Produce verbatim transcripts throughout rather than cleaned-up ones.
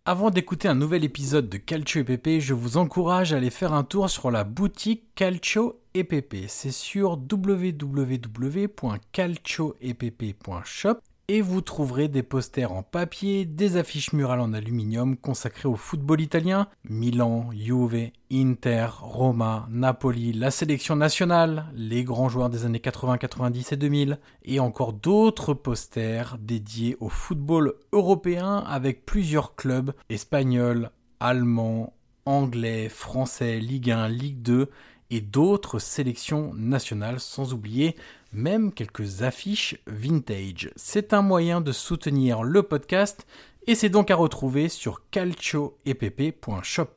Avant d'écouter un nouvel épisode de Calcio et Pepe, je vous encourage à aller faire un tour sur la boutique Calcio et Pepe. C'est sur w w w point calcio et pepe point shop et vous trouverez des posters en papier, des affiches murales en aluminium consacrées au football italien, Milan, Juve, Inter, Roma, Napoli, la sélection nationale, les grands joueurs des années quatre-vingts, quatre-vingt-dix et deux mille, et encore d'autres posters dédiés au football européen avec plusieurs clubs espagnols, allemands, anglais, français, Ligue un, Ligue deux et d'autres sélections nationales, sans oublier même quelques affiches vintage. C'est un moyen de soutenir le podcast et c'est donc à retrouver sur calcio et pepe point shop.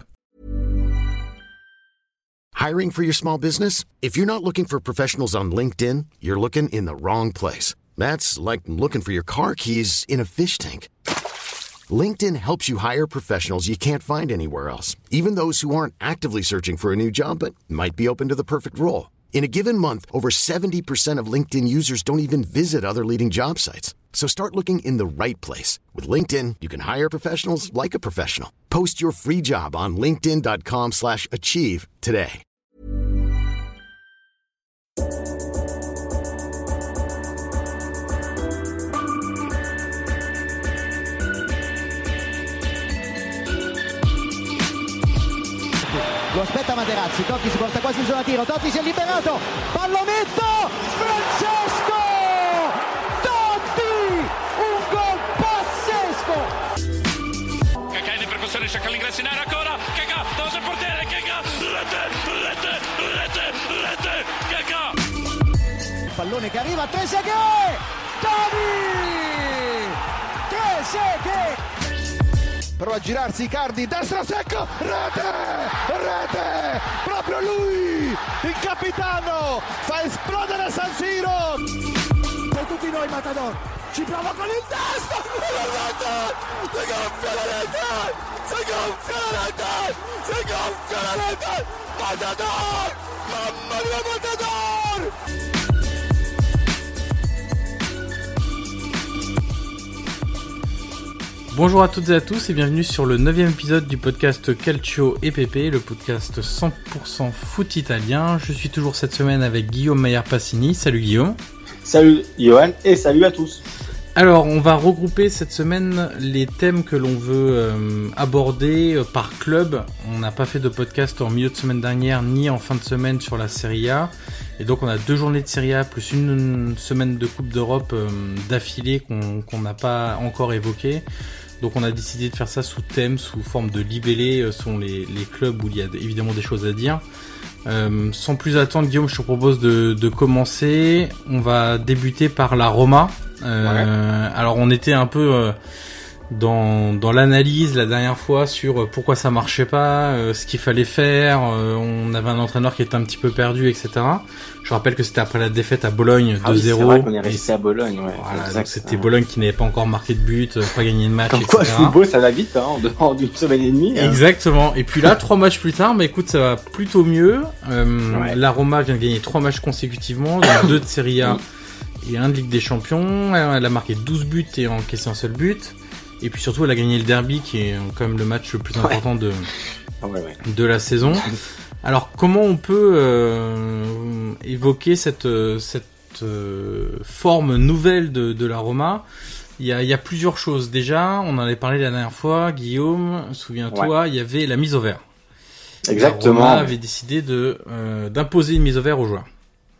Hiring for your small business? If you're not looking for professionals on LinkedIn, you're looking in the wrong place. That's like looking for your car keys in a fish tank. LinkedIn helps you hire professionals you can't find anywhere else, even those who aren't actively searching for a new job but might be open to the perfect role. In a given month, over seventy percent of LinkedIn users don't even visit other leading job sites. So start looking in the right place. With LinkedIn, you can hire professionals like a professional. Post your free job on linkedin dot com slash achieve today. Lo aspetta Materazzi, Totti si porta quasi in zona tiro, Totti si è liberato, pallonetto, Francesco Totti, un gol pazzesco. Cacà in percussione, cerca l'ingresso in area ancora, Cacà, davanti al portiere, Cacà, rete, rete, rete, rete, Cacà. Pallone che arriva, Trezeguet, Totti, Trezeguet. Prova a girarsi Icardi, destra secco, rete, rete, proprio lui, il capitano, fa esplodere San Siro. Per tutti noi Matador, ci prova con il destro, la rete, si gonfia la rete, si gonfia la rete, si gonfia la rete, Matador, mamma mia Matador. Bonjour à toutes et à tous et bienvenue sur le neuvième épisode du podcast Calcio et Pepe, le podcast cent pour cent foot italien. Je suis toujours cette semaine avec Guillaume Maillard-Passini. Salut Guillaume. Salut Johan et salut à tous. Alors, on va regrouper cette semaine les thèmes que l'on veut euh, aborder euh, par club. On n'a pas fait de podcast en milieu de semaine dernière ni en fin de semaine sur la Serie A. Et donc, on a deux journées de Serie A plus une, une semaine de Coupe d'Europe euh, d'affilée qu'on qu'on n'a pas encore évoqué. Donc, on a décidé de faire ça sous thème, sous forme de libellé, euh, selon les, les clubs où il y a évidemment des choses à dire. Euh, sans plus attendre, Guillaume, je te propose de, de commencer. On va débuter par la Roma. Euh, ouais. Alors on était un peu euh, dans dans l'analyse la dernière fois sur euh, pourquoi ça marchait pas, euh, ce qu'il fallait faire. Euh, on avait un entraîneur qui était un petit peu perdu, et cetera. Je rappelle que c'était après la défaite à Bologne ah deux zéro. Oui, c'est vrai qu'on est resté à Bologne. Ouais, voilà, exact, donc c'était ouais. Bologne qui n'avait pas encore marqué de but, pas gagné de match, Comme et cetera. quoi, le football, ça va vite, hein, en dehors d'une semaine et demie. Hein. Exactement. Et puis là, trois matchs plus tard, bah écoute, ça va plutôt mieux. Euh, ouais. La Roma vient de gagner trois matchs consécutivement, donc deux de Serie A. Et un de Ligue des Champions. Elle a marqué douze buts et encaissé un seul but. Et puis surtout, elle a gagné le derby, qui est quand même le match le plus important de, ouais, ouais. de la saison. Alors, comment on peut euh, évoquer cette, cette euh, forme nouvelle de, de la Roma ? Il y, a, il y a plusieurs choses. Déjà, on en avait parlé la dernière fois, Guillaume, souviens-toi, ouais. Il y avait la mise au vert. Exactement. La Roma avait décidé de, euh, d'imposer une mise au vert aux joueurs.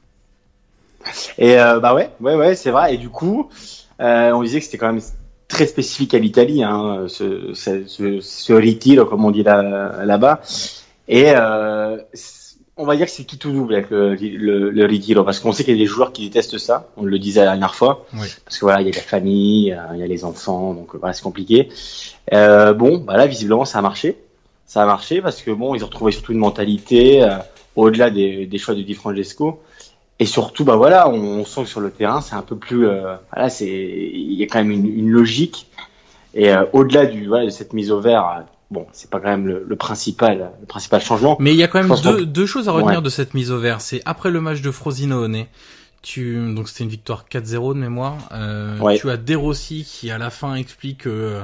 Et euh, bah ouais, ouais, ouais, c'est vrai. Et du coup, euh, on disait que c'était quand même très spécifique à l'Italie, hein, ce, ce, ce, ce retiro, comme on dit là, là-bas. Et euh, on va dire que c'est qui tout double avec le, le, le retiro, parce qu'on sait qu'il y a des joueurs qui détestent ça. On le disait la dernière fois, oui. Parce que voilà, il y a la famille, il y a les enfants, donc voilà, c'est compliqué. Euh, bon, bah là, visiblement, ça a marché. Ça a marché parce que bon, ils ont retrouvé surtout une mentalité euh, au-delà des, des choix de Di Francesco. Et surtout, bah voilà, on, on sent que sur le terrain, c'est un peu plus, euh, voilà, c'est, il y a quand même une, une logique. Et euh, au-delà du, voilà, de cette mise au vert, euh, bon, c'est pas quand même le, le principal, le principal changement. Mais il y a quand même deux, qu'on... deux choses à retenir ouais. de cette mise au vert. C'est après le match de Frosinone, tu, donc c'était une victoire quatre zéro de mémoire. Euh, ouais. Tu as De Rossi qui à la fin explique que,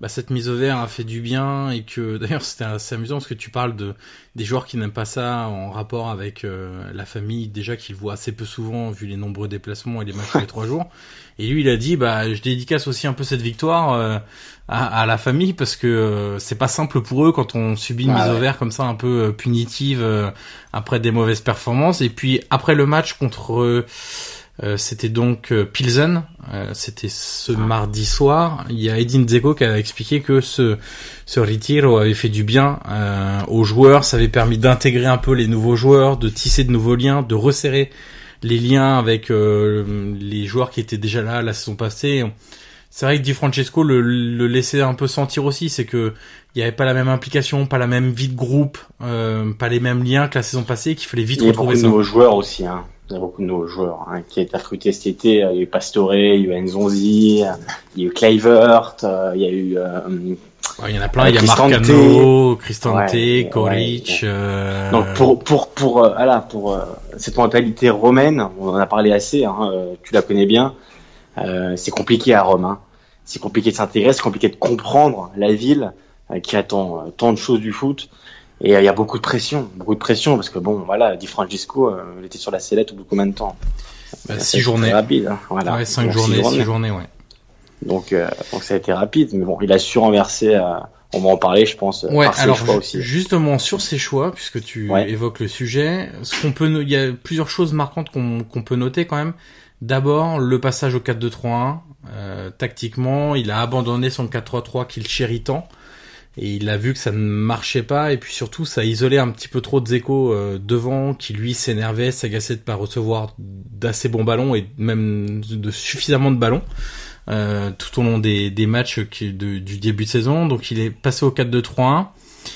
bah, cette mise au vert a fait du bien et que d'ailleurs c'était assez amusant parce que tu parles de des joueurs qui n'aiment pas ça en rapport avec euh, la famille déjà qu'ils voient assez peu souvent vu les nombreux déplacements et les matchs tous les trois jours. Et lui il a dit bah je dédicace aussi un peu cette victoire euh, à, à la famille parce que euh, c'est pas simple pour eux quand on subit une ah, mise ouais. au vert comme ça un peu euh, punitive euh, après des mauvaises performances. Et puis après le match contre euh, Euh, c'était donc euh, Pilsen, euh, c'était ce mardi soir. Il y a Edin Dzeko qui a expliqué que ce ce retiro avait fait du bien euh, aux joueurs, ça avait permis d'intégrer un peu les nouveaux joueurs, de tisser de nouveaux liens, de resserrer les liens avec euh, les joueurs qui étaient déjà là la saison passée. C'est vrai que Di Francesco le, le laissait un peu sentir aussi, c'est que il y avait pas la même implication, pas la même vie de groupe, euh, pas les mêmes liens que la saison passée, qu'il fallait vite retrouver ça. Il y a beaucoup de nouveaux joueurs aussi, hein. Il y a beaucoup de nouveaux joueurs hein, qui est affruté cet été. Il y a eu Pastore, il y a eu Nzonzi, il y a eu Kluivert, il y a eu... Euh, ouais, il y en a plein, il y a Marcano, Cristante, ouais, Koric... Ouais, ouais. Euh... Donc pour pour pour euh, voilà, pour euh, cette mentalité romaine, on en a parlé assez, hein, euh, tu la connais bien, euh, c'est compliqué à Rome. Hein. C'est compliqué de s'intégrer, c'est compliqué de comprendre la ville euh, qui attend euh, tant de choses du foot. Et il euh, y a beaucoup de pression, beaucoup de pression parce que bon, voilà, Di Francesco, euh, il était sur la sellette au bout de combien de temps? Bah, six journées. Rapide, hein, voilà. Ouais, cinq journées, six journées, six journées, ouais. Donc, euh, donc ça a été rapide, mais bon, il a su renverser. Euh, on va en parler, je pense. Ouais, par ses alors choix aussi. Justement sur ses choix, puisque tu ouais. évoques le sujet, ce qu'on peut, il y a plusieurs choses marquantes qu'on, qu'on peut noter quand même. D'abord, le passage au quatre deux trois un. Euh, tactiquement, il a abandonné son quatre trois trois qu'il chérit tant. Et il a vu que ça ne marchait pas, et puis surtout ça isolait un petit peu trop de Dzeko euh, devant, qui lui s'énervait, s'agaçait de pas recevoir d'assez bons ballons et même de suffisamment de ballons euh, tout au long des, des matchs qui, de, du début de saison. Donc il est passé au quatre deux trois un.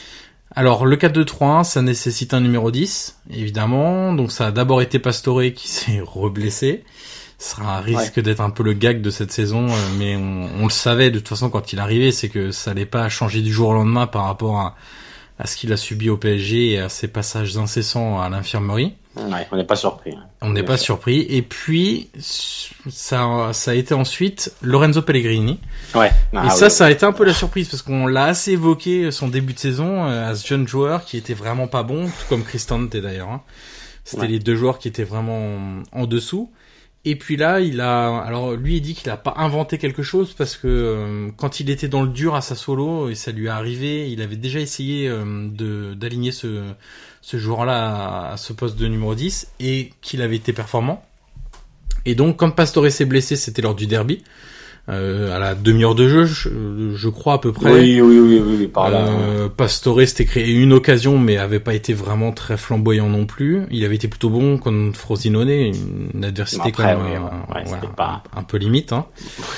Alors le quatre deux trois un, ça nécessite un numéro dix, évidemment. Donc ça a d'abord été Pastore qui s'est reblessé. Ce sera un risque ouais. d'être un peu le gag de cette saison, mais on, on le savait de toute façon quand il arrivait, c'est que ça allait pas changer du jour au lendemain par rapport à, à ce qu'il a subi au P S G et à ses passages incessants à l'infirmerie. Ouais, on n'est pas surpris. On n'est pas surpris. Et puis ça, ça a été ensuite Lorenzo Pellegrini. Ouais. Ah, et ça, ouais. ça a été un peu la surprise parce qu'on l'a assez évoqué son début de saison à ce jeune joueur qui était vraiment pas bon, tout comme Cristante d'ailleurs. Hein. C'était ouais. les deux joueurs qui étaient vraiment en dessous. Et puis là, il a, alors lui, il dit qu'il a pas inventé quelque chose parce que euh, quand il était dans le dur à Sassuolo et ça lui est arrivé, il avait déjà essayé euh, de d'aligner ce ce joueur-là à, à ce poste de numéro dix et qu'il avait été performant. Et donc, quand Pastore s'est blessé, c'était lors du derby. Euh, à la demi-heure de jeu, je, je crois à peu près. Oui, oui, oui, oui, oui par là. Euh, Pastore s'était créé une occasion, mais avait pas été vraiment très flamboyant non plus. Il avait été plutôt bon contre Frosinone, une adversité après, quand même oui, euh, ouais, voilà, pas... un, un peu limite. Hein.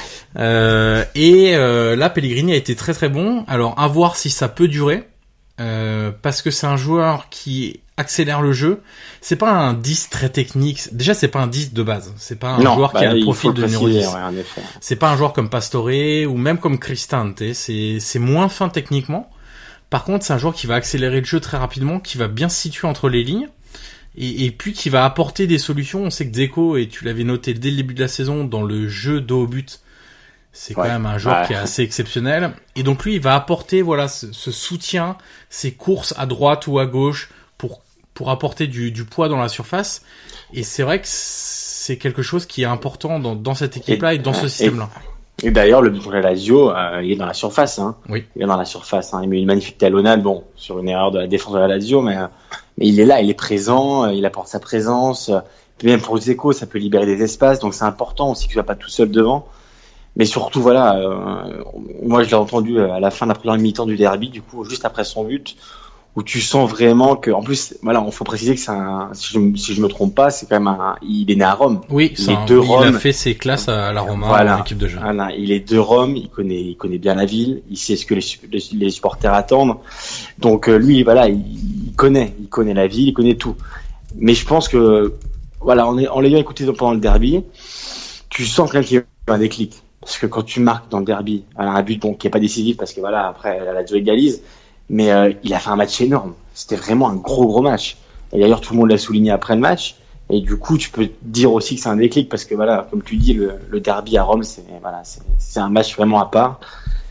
euh, et euh, là, Pellegrini a été très très bon. Alors, à voir si ça peut durer, euh, parce que c'est un joueur qui accélère le jeu. C'est pas un dix très technique. Déjà, c'est pas un dix de base. C'est pas un non, joueur bah, qui a le profil de numéro dix. Ouais, en effet. C'est pas un joueur comme Pastore ou même comme Cristante. C'est, c'est moins fin techniquement. Par contre, c'est un joueur qui va accélérer le jeu très rapidement, qui va bien se situer entre les lignes. Et, et puis qui va apporter des solutions. On sait que Dzeko, et tu l'avais noté dès le début de la saison, dans le jeu dos au but, c'est quand ouais, même un joueur ouais. qui est assez exceptionnel. Et donc lui, il va apporter voilà ce, ce soutien, ces courses à droite ou à gauche pour pour apporter du, du poids dans la surface. Et c'est vrai que c'est quelque chose qui est important dans, dans cette équipe-là et, et dans ce système-là. Et, et d'ailleurs, le but pour la Lazio, euh, il est dans la surface. Hein. Oui. Il est dans la surface. Hein. Il met une magnifique talonnade, bon, sur une erreur de la défense de la Lazio, mais, mais il est là, il est présent, il apporte sa présence. Puis même pour Dzeko, ça peut libérer des espaces, donc c'est important aussi qu'il soit pas tout seul devant. Mais surtout, voilà, euh, moi je l'ai entendu à la fin de la première mi-temps du derby, du coup, juste après son but, où tu sens vraiment que, en plus, voilà, il faut préciser que c'est un, si je, si je me trompe pas, c'est quand même un, il est né à Rome. Oui, il, est un, de Rome. Il a fait ses classes à la Roma, voilà, en équipe de jeu. Voilà, il est de Rome, il connaît, il connaît bien la ville, il sait ce que les, les, les supporters attendent. Donc, euh, lui, voilà, il, il connaît, il connaît la ville, il connaît tout. Mais je pense que, voilà, en, en l'ayant écouté pendant le derby, tu sens quand même qu'il y a un déclic. Parce que quand tu marques dans le derby, alors un but bon qui est pas décisif parce que voilà après la Lazio égalise, mais euh, il a fait un match énorme. C'était vraiment un gros gros match. Et d'ailleurs tout le monde l'a souligné après le match. Et du coup tu peux dire aussi que c'est un déclic parce que voilà comme tu dis le, le derby à Rome c'est voilà c'est, c'est un match vraiment à part.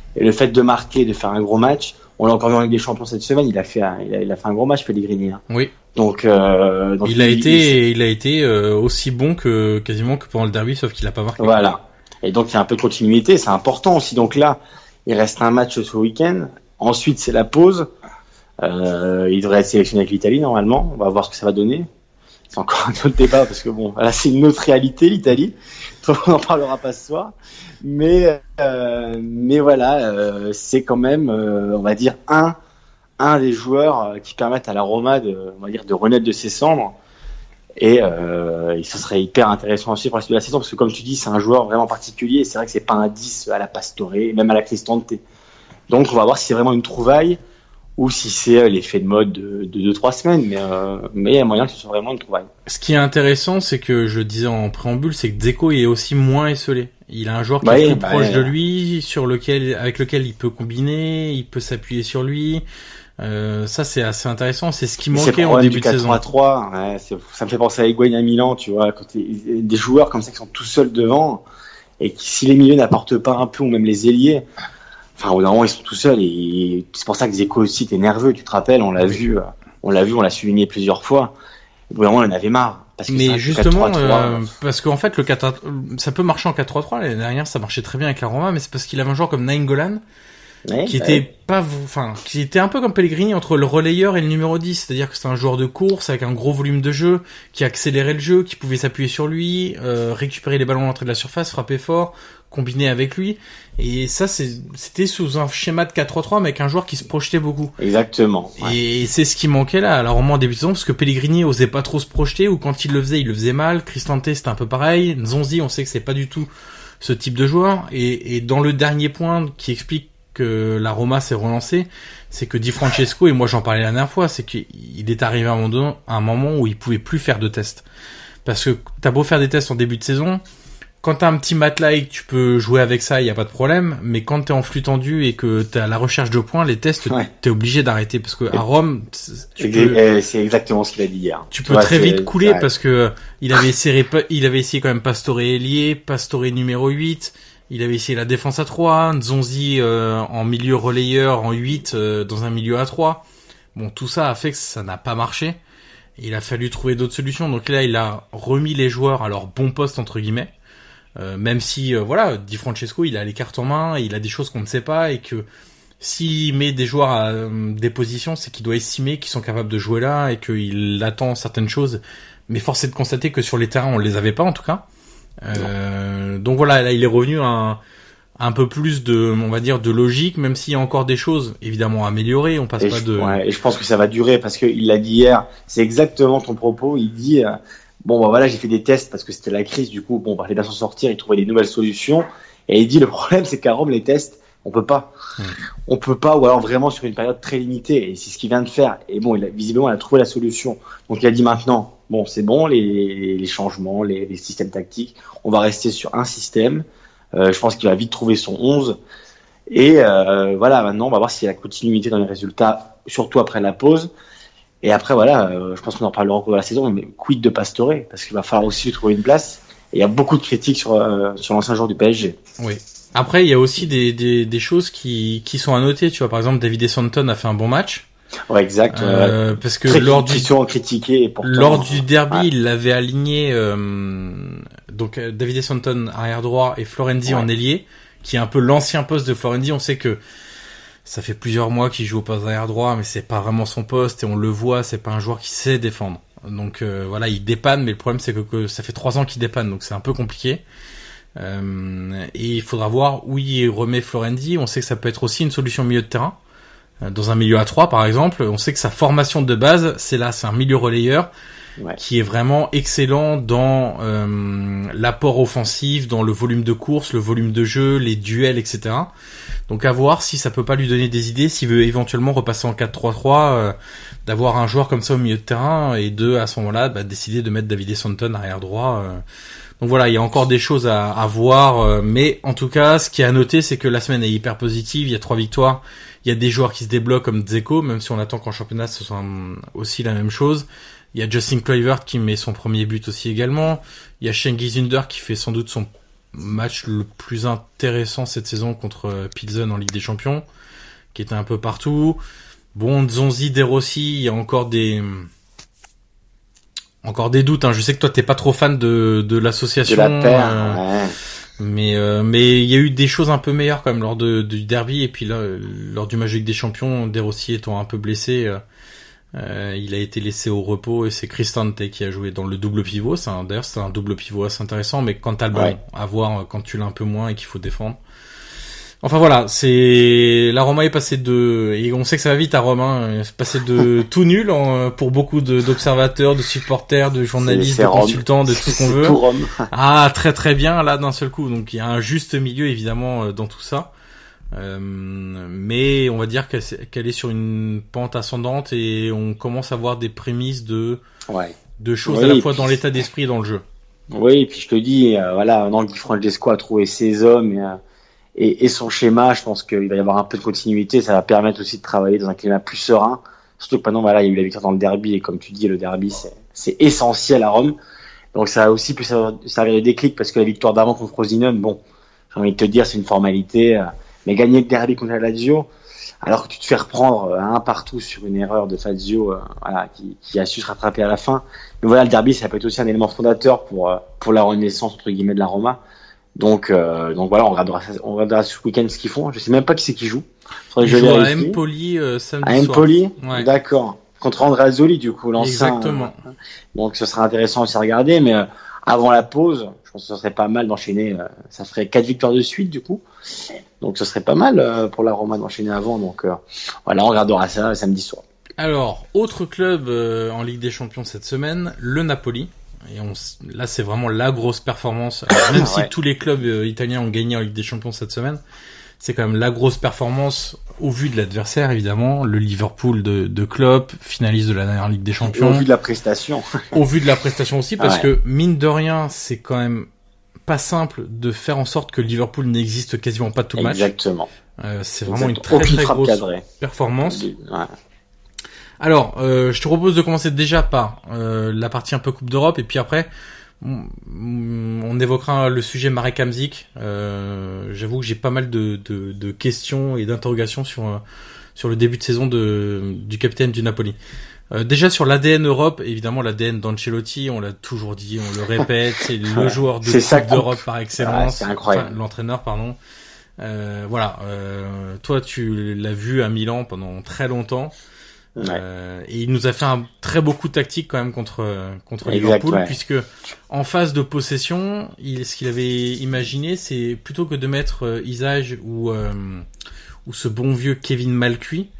Et le fait de marquer, de faire un gros match, on l'a encore vu en Ligue des Champions cette semaine, il a fait un, il a, il a fait un gros match, Pellegrini. Hein. Oui. Donc, euh, donc il, il a il, été, il, il a été euh, aussi bon que quasiment que pendant le derby, sauf qu'il a pas marqué. Voilà. Et donc il y a un peu de continuité, c'est important aussi. Donc là, il reste un match ce week-end. Ensuite, c'est la pause. Euh, il devrait être sélectionné avec l'Italie normalement. On va voir ce que ça va donner. C'est encore un autre débat parce que bon, là c'est une autre réalité l'Italie. On n'en parlera pas ce soir. Mais euh, mais voilà, euh, c'est quand même, euh, on va dire un un des joueurs qui permettent à la Roma de, on va dire, de renaître de ses cendres. Et, euh, et ce serait hyper intéressant aussi pour la suite de la saison parce que comme tu dis, c'est un joueur vraiment particulier. Et c'est vrai que c'est pas un dix à la Pastore, même à la Cristante. Donc on va voir si c'est vraiment une trouvaille ou si c'est l'effet de mode de deux trois semaines, mais euh, mais il y a moyen que ce soit vraiment une trouvaille. Ce qui est intéressant, c'est que je disais en préambule, c'est que Dzeko est aussi moins esselé. Il a un joueur qui bah est plus bah proche ouais. de lui, sur lequel, avec lequel il peut combiner, il peut s'appuyer sur lui. Euh, ça c'est assez intéressant. C'est ce qui manquait en début de saison. quatre trois, ouais, ça me fait penser à Higuaín à Milan, tu vois, quand les, des joueurs comme ça qui sont tout seuls devant et qui, si les milieux n'apportent pas un peu ou même les ailiers. Enfin, au moment ils sont tout seuls et c'est pour ça que Dzeko aussi était nerveux. Tu te rappelles, on l'a oui. vu, on l'a vu, on l'a souligné plusieurs fois. Au bout d'un moment, on en avait marre. Parce que mais justement, euh, parce qu'en fait, le quatre, ça peut marcher en quatre trois trois. L'année dernière, ça marchait très bien avec la Roma, mais c'est parce qu'il avait un joueur comme Nainggolan, ouais, qui bah était ouais. pas, enfin, qui était un peu comme Pellegrini entre le relayeur et le numéro dix. C'est-à-dire que c'était un joueur de course avec un gros volume de jeu, qui accélérait le jeu, qui pouvait s'appuyer sur lui, euh, récupérer les ballons à l'entrée de la surface, frapper fort, combiner avec lui. Et ça, c'est, c'était sous un schéma de quatre trois trois, mais avec un joueur qui se projetait beaucoup. Exactement. Ouais. Et c'est ce qui manquait là, alors au moins en début de saison, parce que Pellegrini osait pas trop se projeter, ou quand il le faisait, il le faisait mal. Cristante, c'était un peu pareil. Nzonzi, on sait que c'est pas du tout ce type de joueur. Et, et dans le dernier point qui explique que la Roma s'est relancée, c'est que Di Francesco, et moi j'en parlais la dernière fois, c'est qu'il est arrivé à un moment, à un moment où il pouvait plus faire de tests. Parce que t'as beau faire des tests en début de saison, quand t'as un petit matelas et que tu peux jouer avec ça, il y a pas de problème. Mais quand t'es en flux tendu et que t'as la recherche de points, les tests, ouais. t'es obligé d'arrêter parce que à Rome, tu peux, c'est exactement ce qu'il a dit hier. Tu peux ouais, très vite couler parce que il avait essayé, il avait essayé quand même Pastore ailier, Pastore numéro huit. Il avait essayé la défense à trois, Nzonzi euh, en milieu relayeur en huit euh, dans un milieu à trois. Bon, tout ça a fait que ça n'a pas marché. Il a fallu trouver d'autres solutions. Donc là, il a remis les joueurs à leur bon poste entre guillemets. Euh, même si euh, voilà, Di Francesco il a les cartes en main, il a des choses qu'on ne sait pas et que s'il met des joueurs à euh, des positions, c'est qu'il doit estimer qu'ils sont capables de jouer là et qu'il attend certaines choses. Mais force est de constater que sur les terrains on les avait pas en tout cas. Euh, donc voilà, là il est revenu à un, un peu plus de, on va dire, de logique, même s'il y a encore des choses évidemment à améliorer. On passe et pas je, de. Ouais, et je pense que ça va durer parce que il l'a dit hier. C'est exactement ton propos. Il dit. Euh... Bon, bah voilà, j'ai fait des tests parce que c'était la crise, du coup, bon, bah, il fallait bien s'en sortir, il trouvait des nouvelles solutions. Et il dit, le problème, c'est qu'à Rome, les tests, on peut pas. Mmh. On peut pas, ou alors vraiment sur une période très limitée. Et c'est ce qu'il vient de faire. Et bon, il a, visiblement, il a trouvé la solution. Donc, il a dit maintenant, bon, c'est bon, les, les changements, les, les systèmes tactiques, on va rester sur un système. Euh, je pense qu'il va vite trouver son onze. Et euh, voilà, maintenant, on va voir s'il y a la continuité dans les résultats, surtout après la pause. Et après, voilà, euh, je pense qu'on en parlera encore de la saison, mais quid de Pastore, parce qu'il va falloir aussi lui trouver une place. Et il y a beaucoup de critiques sur, euh, sur l'ancien joueur du P S G. Oui. Après, il y a aussi des, des, des choses qui, qui sont à noter. Tu vois, par exemple, David Santon a fait un bon match. Ouais, exact. Euh, ouais. Parce que Très lors du, critiqué et pourtant, lors du derby, ouais. il l'avait aligné, euh, donc, David Santon arrière droit et Florenzi ouais. en ailier, qui est un peu l'ancien poste de Florenzi. On sait que ça fait plusieurs mois qu'il joue au poste arrière droit, mais c'est pas vraiment son poste et on le voit, c'est pas un joueur qui sait défendre. Donc euh, voilà, il dépanne, mais le problème c'est que, que ça fait trois ans qu'il dépanne, donc c'est un peu compliqué. Euh, et il faudra voir où il remet Florenzi. On sait que ça peut être aussi une solution au milieu de terrain, dans un milieu à trois par exemple. On sait que sa formation de base, c'est là, c'est un milieu relayeur. Ouais. Qui est vraiment excellent dans euh, l'apport offensif, dans le volume de course, le volume de jeu, les duels, et cetera. Donc à voir si ça peut pas lui donner des idées, s'il veut éventuellement repasser en quatre trois trois, euh, d'avoir un joueur comme ça au milieu de terrain et de à ce moment-là bah, décider de mettre David Santon arrière droit. Euh. Donc voilà, il y a encore des choses à, à voir, euh, mais en tout cas, ce qui est à noter, c'est que la semaine est hyper positive. Il y a trois victoires, il y a des joueurs qui se débloquent comme Dzeko, même si on attend qu'en championnat ce soit aussi la même chose. Il y a Justin Kluivert qui met son premier but aussi également. Il y a Cengiz Ünder qui fait sans doute son match le plus intéressant cette saison contre Pilsen en Ligue des Champions, qui était un peu partout. Bon, Nzonzi, De Rossi, il y a encore des encore des doutes. Hein. Je sais que toi t'es pas trop fan de de l'association, de la paire, euh, ouais. mais euh, mais il y a eu des choses un peu meilleures quand même lors de du derby, et puis là lors du match de Ligue des Champions, De Rossi étant un peu blessé. Euh, Euh, il a été laissé au repos et c'est Cristante qui a joué dans le double pivot. C'est un, d'ailleurs, c'est un double pivot assez intéressant, mais quand t'as le ballon, ouais. à voir quand tu l'as un peu moins et qu'il faut défendre. Enfin voilà, c'est la Roma est passée de, et on sait que ça va vite à Rome, hein, c'est passé de tout nul en, pour beaucoup de, d'observateurs, de supporters, de journalistes, c'est, c'est de Rome. Consultants, de tout ce qu'on veut. Tout Rome. Ah, très très bien là d'un seul coup. Donc il y a un juste milieu évidemment dans tout ça. Euh, mais on va dire qu'elle, qu'elle est sur une pente ascendante et on commence à voir des prémices de ouais. de choses oui, à la fois puis, dans l'état d'esprit et dans le jeu. Oui, et puis je te dis, euh, voilà, maintenant que Di Francesco a trouvé ses hommes et, euh, et, et son schéma, je pense qu'il va y avoir un peu de continuité. Ça va permettre aussi de travailler dans un climat plus serein. Surtout que maintenant, voilà, il y a eu la victoire dans le derby et comme tu dis, le derby c'est, c'est essentiel à Rome. Donc ça a aussi pu servir de déclic parce que la victoire d'avant contre Frosinone, bon, j'ai envie de te dire, c'est une formalité. Euh, Mais gagner le derby contre la Lazio, alors que tu te fais reprendre un partout sur une erreur de Fazio, euh, voilà, qui, qui a su se rattraper à la fin. Mais voilà, le derby, ça peut être aussi un élément fondateur pour pour la renaissance entre guillemets de la Roma. Donc euh, donc voilà, on regardera on regardera ce week-end ce qu'ils font. Je sais même pas qui c'est qui joue. Ils jouent à Empoli euh, samedi à soir. Empoli, ouais. D'accord. Contre Andreazzoli du coup, l'ancien. Exactement. Euh, donc ce sera intéressant aussi à regarder, mais euh, avant la pause, je pense que ce serait pas mal d'enchaîner. Euh, ça ferait quatre victoires de suite du coup. Donc ce serait pas mal euh, pour la Roma d'enchaîner avant. Donc euh, voilà, on regardera ça samedi soir. Alors, autre club euh, en Ligue des Champions cette semaine, le Napoli. Et on, là, c'est vraiment la grosse performance. Alors, même si ouais. tous les clubs euh, italiens ont gagné en Ligue des Champions cette semaine, c'est quand même la grosse performance au vu de l'adversaire, évidemment. Le Liverpool de, de Klopp, finaliste de la dernière Ligue des Champions. Et au vu de la prestation. Au vu de la prestation aussi, parce ah ouais. que mine de rien, c'est quand même pas simple de faire en sorte que Liverpool n'existe quasiment pas tout le match. Exactement. Euh, c'est vraiment Exactement. une très très grosse cadrée. performance. Ouais. Alors, euh, je te propose de commencer déjà par euh, la partie un peu Coupe d'Europe, et puis après, on, on évoquera le sujet Marek Hamsik. Euh, j'avoue que j'ai pas mal de, de, de questions et d'interrogations sur sur le début de saison de du capitaine du Napoli. Euh, déjà sur l'A D N Europe, évidemment l'A D N d'Ancelotti, on l'a toujours dit, on le répète, c'est le joueur de c'est Coupe ça, d'Europe par excellence. Ouais, c'est incroyable. Enfin, l'entraîneur, pardon. Euh, voilà. Euh, toi, tu l'as vu à Milan pendant très longtemps. Ouais. Euh, et il nous a fait un très beau coup tactique quand même contre contre exact, Liverpool, ouais. puisque en phase de possession, il, ce qu'il avait imaginé, c'est plutôt que de mettre euh, Isage ou euh, ou ce bon vieux Kevin Malcuit,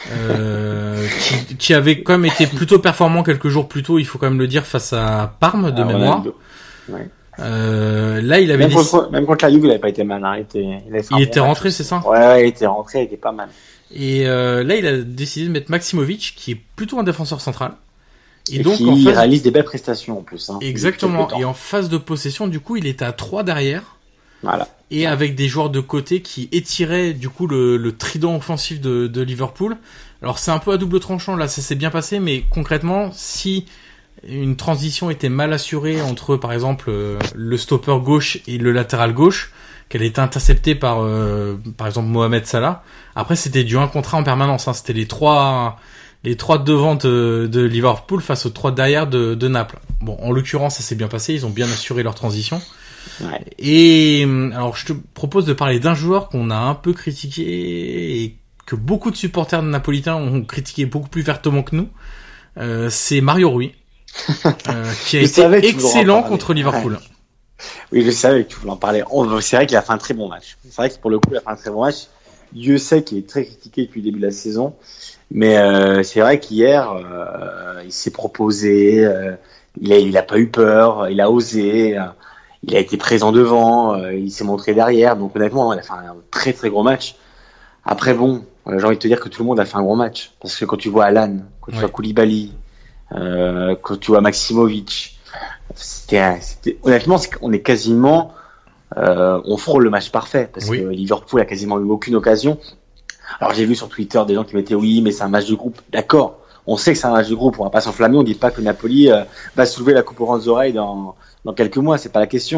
euh, qui, qui avait quand même été plutôt performant quelques jours plus tôt, il faut quand même le dire, face à Parme de ah, mémoire. Ouais. Euh, là, il avait même, contre, même contre la Juve, il avait pas été mal. Hein. Il était, il, avait il bon était rentré, aussi. C'est ça? Ouais, ouais, il était rentré, il était pas mal. Et euh, là, il a décidé de mettre Maximovic, qui est plutôt un défenseur central. Et, et donc, qui en phase... réalise des belles prestations en plus. Hein, exactement. Et en phase de possession, du coup, il était à trois derrière. Voilà. Et avec des joueurs de côté qui étiraient du coup le, le trident offensif de, de Liverpool. Alors c'est un peu à double tranchant, là, ça s'est bien passé, mais concrètement, si une transition était mal assurée entre, par exemple, euh, le stopper gauche et le latéral gauche, qu'elle était interceptée par, euh, par exemple, Mohamed Salah. Après, c'était du un contre un en permanence. Hein. C'était les trois, les trois de devant de, de Liverpool face aux trois de derrière de, de Naples. Bon, en l'occurrence, ça s'est bien passé. Ils ont bien assuré leur transition. Ouais. Et alors, je te propose de parler d'un joueur qu'on a un peu critiqué et que beaucoup de supporters napolitains ont critiqué beaucoup plus vertement que nous. Euh, c'est Mario Rui, euh, qui a été excellent contre Liverpool. Ouais. Oui, je savais que tu voulais en parler. C'est vrai qu'il a fait un très bon match. C'est vrai que pour le coup, il a fait un très bon match. Dieu sait qu'il est très critiqué depuis le début de la saison. Mais euh, c'est vrai qu'hier, euh, il s'est proposé, euh, il a, il a pas eu peur, il a osé, euh, il a été présent devant, euh, il s'est montré derrière. Donc honnêtement, il a fait un très très gros match. Après bon, euh, j'ai envie de te dire que tout le monde a fait un gros match. Parce que quand tu vois Alan, quand tu ouais. vois Koulibaly, euh, quand tu vois Maximovic... C'était, c'était, honnêtement, c'est, on est quasiment, euh, on frôle le match parfait parce oui. que Liverpool a quasiment eu aucune occasion. Alors j'ai vu sur Twitter des gens qui mettaient oui, mais c'est un match de groupe. D'accord, on sait que c'est un match de groupe, on va pas s'enflammer. On dit pas que Napoli euh, va soulever la coupe aux grandes oreilles dans dans quelques mois, c'est pas la question.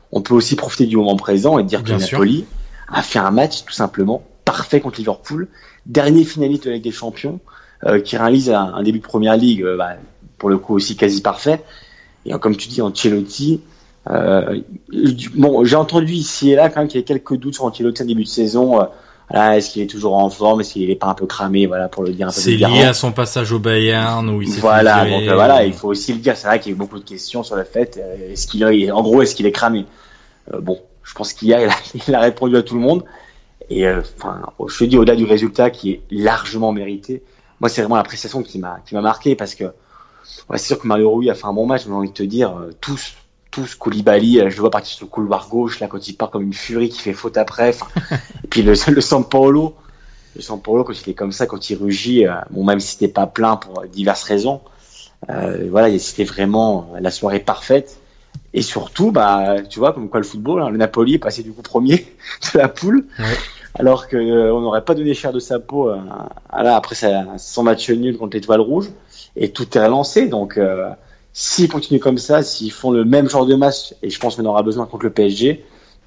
on peut aussi profiter du moment présent et dire Bien que sûr. Napoli a fait un match tout simplement parfait contre Liverpool, dernier finaliste de la Ligue des Champions, euh, qui réalise un, un début de Première Ligue, euh, bah, pour le coup aussi quasi parfait. Et euh, comme tu dis, Ancelotti, euh, bon, j'ai entendu ici et là quand même qu'il y a quelques doutes sur Ancelotti en début de saison. Euh, voilà, est-ce qu'il est toujours en forme, est-ce qu'il est pas un peu cramé, voilà, pour le dire un peu C'est vulgairement. lié à son passage au Bayern où il s'est Voilà, fait virer. donc euh, voilà, il faut aussi le dire. C'est vrai qu'il y a eu beaucoup de questions sur le fait, euh, est-ce qu'il est, en gros, est-ce qu'il est cramé. Euh, bon, je pense qu'il y a, il a, il a répondu à tout le monde. Et enfin, euh, je te dis, au-delà du résultat qui est largement mérité, moi c'est vraiment la prestation qui m'a qui m'a marqué parce que ouais, c'est sûr que Mario Rui a fait un bon match, mais j'ai envie de te dire, euh, tous, tous, Koulibaly, euh, je le vois partir sur le couloir gauche là quand il part comme une furie qui fait faute après. Et puis le le Sampaolo, le Sampaolo quand il est comme ça, quand il rugit, euh, bon même si c'était pas plein pour diverses raisons, euh, voilà, c'était vraiment la soirée parfaite. Et surtout, bah, tu vois, comme quoi le football, hein, le Napoli est passé du coup premier de la poule, Ouais. alors que euh, on n'aurait pas donné cher de sa peau, euh, à là, après sa, son match nul contre l'Étoile Rouge, et tout est relancé. Donc, euh, s'ils continuent comme ça, s'ils font le même genre de match, et je pense qu'on aura besoin contre le P S G,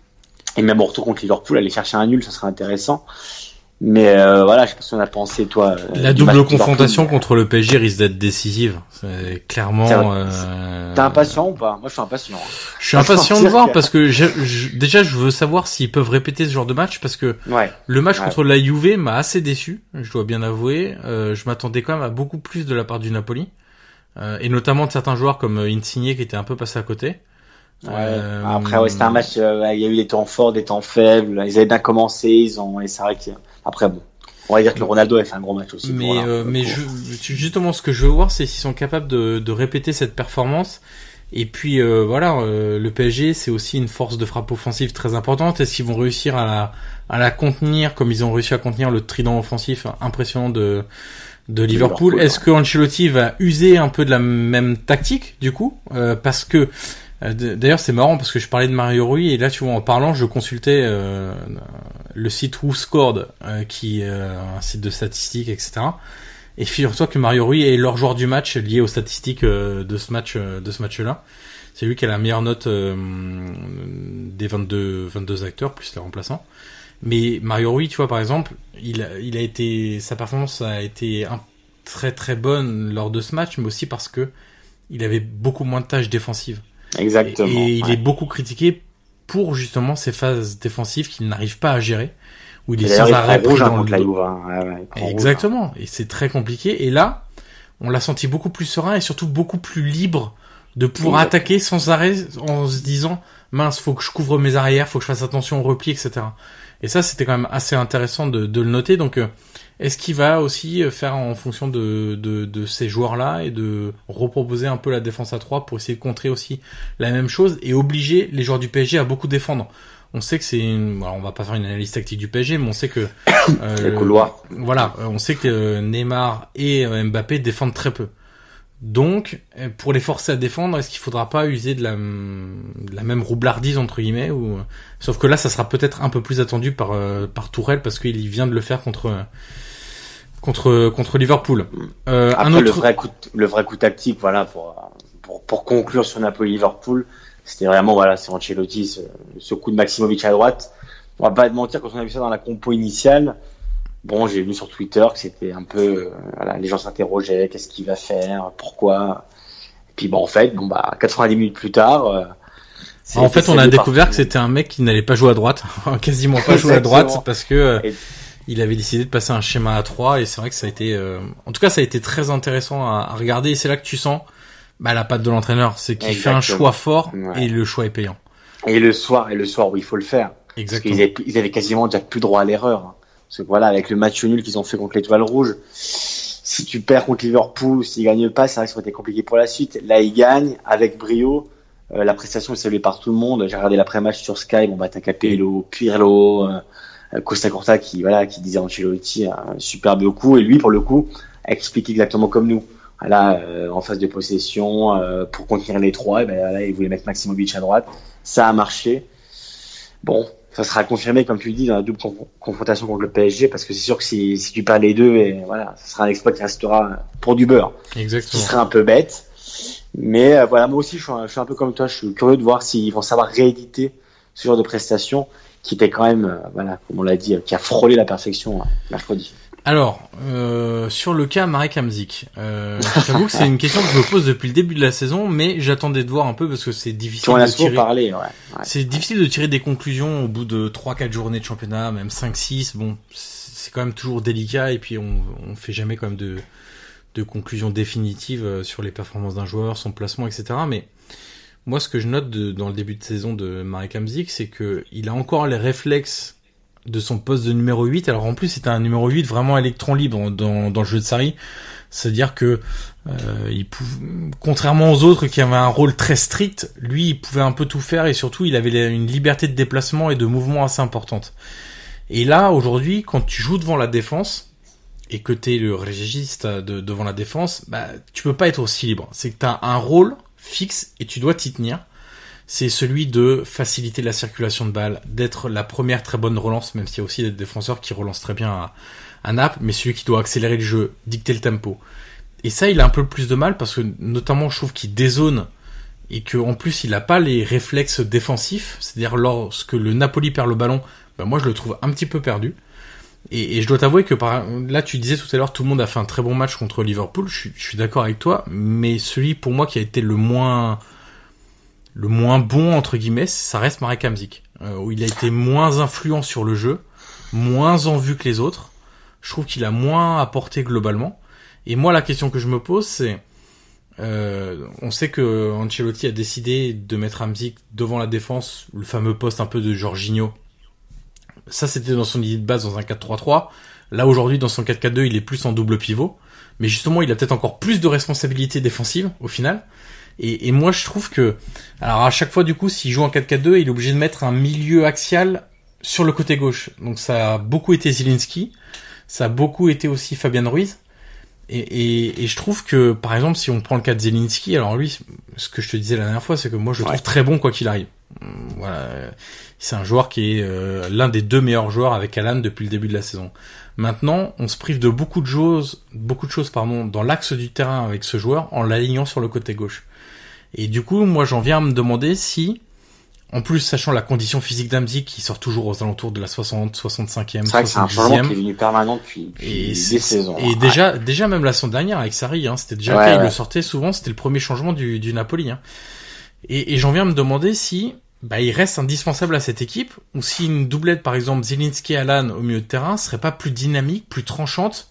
et même au retour contre Liverpool, aller chercher un nul, ça serait intéressant. Mais euh, voilà, je sais pas si on a pensé, toi. Euh, La du double match de confrontation Liverpool. contre le P S G risque d'être décisive. C'est clairement. C'est vrai. Euh... T'es impatient ou pas? Moi, je suis impatient. Je suis impatient de voir parce que je, je- déjà je veux savoir s'ils peuvent répéter ce genre de match parce que Ouais. le match Ouais. contre la Juve m'a assez déçu, je dois bien avouer. Euh, je m'attendais quand même à beaucoup plus de la part du Napoli euh, et notamment de certains joueurs comme Insigne qui était un peu passé à côté. Ouais. Euh, Après, ouais, c'était un match. euh, Il y a eu des temps forts, des temps faibles. Ils avaient bien commencé. Ils ont. Et c'est vrai que après, bon, on va dire que le Ronaldo a fait un gros match aussi. Mais Voilà, euh, mais pour- je, justement ce que je veux voir c'est s'ils sont capables de, de répéter cette performance. Et puis euh, voilà, euh, le P S G c'est aussi une force de frappe offensive très importante. Est-ce qu'ils vont réussir à la à la contenir comme ils ont réussi à contenir le trident offensif impressionnant de de Liverpool, Liverpool, est-ce que Ancelotti va user un peu de la même tactique du coup euh, parce que euh, d- d'ailleurs c'est marrant parce que je parlais de Mario Rui et là tu vois en parlant je consultais euh, le site WhoScored euh, qui est euh, un site de statistiques etc. Et figure-toi que Mario Rui est leur joueur du match lié aux statistiques euh, de ce match euh, de ce match-là. C'est lui qui a la meilleure note euh, des vingt-deux vingt-deux acteurs plus les remplaçants. Mais Mario Rui, tu vois par exemple, il a, il a été sa performance a été un, très très bonne lors de ce match, mais aussi parce que il avait beaucoup moins de tâches défensives. Exactement. Et, et il ouais. est beaucoup critiqué pour justement ces phases défensives qu'il n'arrive pas à gérer, où il est Et d'ailleurs, sans il prend arrêt pris rouge hein, dans contre le la dos. Juve. Hein. Ouais, ouais, il prend rouge, Exactement, et c'est très compliqué. Et là, on l'a senti beaucoup plus serein et surtout beaucoup plus libre de pouvoir Exactement. attaquer sans arrêt en se disant mince, faut que je couvre mes arrières, faut que je fasse attention au repli, et cetera. Et ça, c'était quand même assez intéressant de, de le noter. Donc, euh, est-ce qu'il va aussi faire en fonction de, de, de ces joueurs-là et de reproposer un peu la défense à trois pour essayer de contrer aussi la même chose et obliger les joueurs du P S G à beaucoup défendre? On sait que c'est une... Alors, on va pas faire une analyse tactique du P S G, mais on sait que euh, Le couloir. voilà, euh, on sait que euh, Neymar et euh, Mbappé défendent très peu. Donc, euh, pour les forcer à défendre, est-ce qu'il faudra pas user de la, de la même roublardise entre guillemets ou sauf que là, ça sera peut-être un peu plus attendu par euh, par Tourelle parce qu'il vient de le faire contre euh, contre contre Liverpool. Euh, Après, un autre le vrai coup, de, le vrai coup tactique, voilà, pour pour, pour conclure sur Napoli-Liverpool, c'était vraiment voilà, c'est Ancelotti, ce, ce coup de Maximovic à droite. On va pas te mentir, quand on a vu ça dans la compo initiale, bon, j'ai vu sur Twitter que c'était un peu, euh, voilà, les gens s'interrogeaient, qu'est-ce qu'il va faire, pourquoi. Et puis bon, en fait, bon bah, quatre-vingt-dix minutes plus tard. Euh, en fait, on a découvert que c'était c'était un mec qui n'allait pas jouer à droite, quasiment pas jouer à droite Exactement. parce que euh, Et- il avait décidé de passer un schéma à trois et c'est vrai que ça a été, euh, en tout cas, ça a été très intéressant à, à regarder et c'est là que tu sens bah, la patte de l'entraîneur, c'est qu'il fait un Exactement. choix fort Ouais. et le choix est payant. Et le soir, et le soir où il faut le faire. Exactement. Parce qu'ils avaient, ils avaient quasiment déjà plus droit à l'erreur. hein. Parce que voilà, avec le match nul qu'ils ont fait contre l'Étoile Rouge, si tu perds contre Liverpool, s'ils gagnent pas, c'est vrai que ça aurait été compliqué pour la suite. Là, ils gagnent avec brio. Euh, la prestation est saluée par tout le monde. J'ai regardé l'après-match sur Sky. Bon, bah, t'as Capello, Pirlo, euh, Costa Curta qui, voilà, qui disait Ancelotti un superbe coup. Et lui, pour le coup, explique exactement comme nous. Là, euh, en phase de possession, euh, pour contenir les trois, et ben là, il voulait mettre Maximovic à droite. Ça a marché. Bon, ça sera confirmé, comme tu dis, dans la double conf- confrontation contre le P S G, parce que c'est sûr que si, si tu perds les deux, et voilà, ça sera un exploit qui restera pour du beurre. Ce qui Exactement. serait un peu bête. Mais euh, voilà, moi aussi, je suis, un, je suis un peu comme toi. Je suis curieux de voir s'ils vont savoir rééditer ce genre de prestations qui était quand même, euh, voilà, comme on l'a dit, qui a frôlé la perfection euh, mercredi. Alors, euh, sur le cas Marek Hamsik, euh, j'avoue que c'est une question que je me pose depuis le début de la saison, mais j'attendais de voir un peu parce que c'est difficile de tirer. Parlé, ouais, ouais. C'est difficile de tirer des conclusions au bout de trois quatre journées de championnat, même cinq six. Bon, c'est quand même toujours délicat et puis on on fait jamais quand même de de conclusions définitives sur les performances d'un joueur, son placement, et cetera. Mais moi, ce que je note de, dans le début de saison de Marek Hamsik, c'est que il a encore les réflexes de son poste de numéro huit. Alors en plus, c'était un numéro huit vraiment électron libre dans, dans le jeu de Sarri. C'est-à-dire que euh, il pouvait, contrairement aux autres qui avaient un rôle très strict, lui, il pouvait un peu tout faire et surtout, il avait une liberté de déplacement et de mouvement assez importante. Et là, aujourd'hui, quand tu joues devant la défense et que t'es le régiste de, devant la défense, bah, tu peux pas être aussi libre. C'est que t'as un rôle fixe et tu dois t'y tenir. C'est celui de faciliter la circulation de balles, d'être la première très bonne relance, même s'il y a aussi des défenseurs qui relancent très bien à, à Naples, mais celui qui doit accélérer le jeu, dicter le tempo. Et ça, il a un peu plus de mal parce que, notamment, je trouve qu'il dézone et qu'en plus, il a pas les réflexes défensifs. C'est-à-dire, lorsque le Napoli perd le ballon, ben moi, je le trouve un petit peu perdu. Et, et je dois t'avouer que par, là, tu disais tout à l'heure, tout le monde a fait un très bon match contre Liverpool. Je, je suis d'accord avec toi, mais celui, pour moi, qui a été le moins... le moins bon entre guillemets, ça reste Marek Hamsik, euh, où il a été moins influent sur le jeu, moins en vue que les autres. Je trouve qu'il a moins apporté globalement. Et moi, la question que je me pose, c'est, euh, on sait que Ancelotti a décidé de mettre Hamsik devant la défense, le fameux poste un peu de Jorginho. Ça, c'était dans son idée de base dans un quatre trois trois. Là, aujourd'hui, dans son quatre quatre deux, il est plus en double pivot. Mais justement, il a peut-être encore plus de responsabilités défensives, au final. Et, et moi, je trouve que, alors à chaque fois, du coup, s'il joue en quatre quatre deux, il est obligé de mettre un milieu axial sur le côté gauche. Donc ça a beaucoup été Zielinski, ça a beaucoup été aussi Fabian Ruiz. Et, et, et je trouve que, par exemple, si on prend le cas de Zielinski, alors lui, ce que je te disais la dernière fois, c'est que moi, je le trouve ouais. très bon quoi qu'il arrive. Voilà, c'est un joueur qui est euh, l'un des deux meilleurs joueurs avec Alan depuis le début de la saison. Maintenant, on se prive de beaucoup de choses, beaucoup de choses, pardon, dans l'axe du terrain avec ce joueur en l'alignant sur le côté gauche. Et du coup, moi, j'en viens à me demander si, en plus, sachant la condition physique d'Hamsik qui sort toujours aux alentours de la soixante, soixante-cinquième, c'est vrai que c'est un changement qui est venu permanent depuis, depuis des saisons. Et ouais. déjà, déjà même la saison dernière avec Sarri, hein, c'était déjà ouais, le cas, ouais. il le sortait souvent, c'était le premier changement du, du Napoli. Hein. Et, et j'en viens à me demander si, bah, il reste indispensable à cette équipe, ou si une doublette, par exemple, Zielinski-Alan au milieu de terrain serait pas plus dynamique, plus tranchante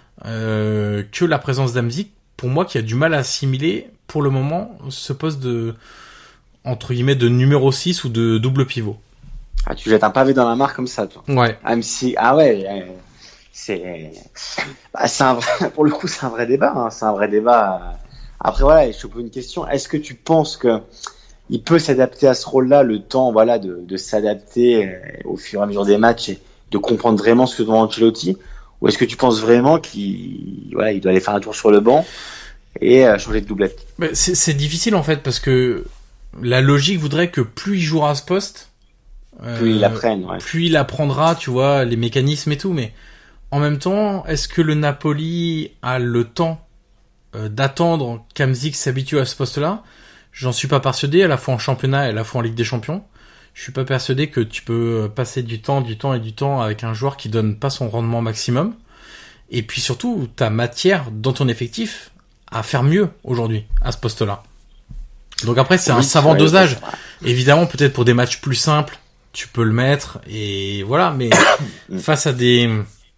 euh, que la présence d'Hamsik, pour moi, qui a du mal à assimiler pour le moment ce poste de entre guillemets de numéro six ou de double pivot. Ah, tu jettes un pavé dans la mare comme ça, toi. Ouais. Hamsik, ah ouais, c'est bah, c'est un vrai... pour le coup, c'est un vrai débat, hein. C'est un vrai débat. Après voilà, je te pose une question, est-ce que tu penses que il peut s'adapter à ce rôle-là, le temps voilà de de s'adapter au fur et à mesure des matchs et de comprendre vraiment ce que demande Ancelotti, ou est-ce que tu penses vraiment qu'il voilà, il doit aller faire un tour sur le banc et euh, changer de doublette? Mais c'est, c'est difficile en fait parce que la logique voudrait que plus il jouera à ce poste, euh, plus il apprenne, ouais. plus il apprendra, tu vois, les mécanismes et tout. Mais en même temps, est-ce que le Napoli a le temps euh, d'attendre qu'Hamsik s'habitue à ce poste-là? J'en suis pas persuadé, à la fois en championnat et à la fois en Ligue des Champions. Je suis pas persuadé que tu peux passer du temps, du temps et du temps avec un joueur qui donne pas son rendement maximum. Et puis surtout, t'as matière dans ton effectif à faire mieux aujourd'hui à ce poste-là. Donc après, c'est oui, un savant ouais, dosage. Évidemment, peut-être pour des matchs plus simples, tu peux le mettre et voilà. Mais face à des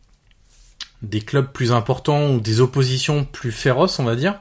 des clubs plus importants ou des oppositions plus féroces, on va dire,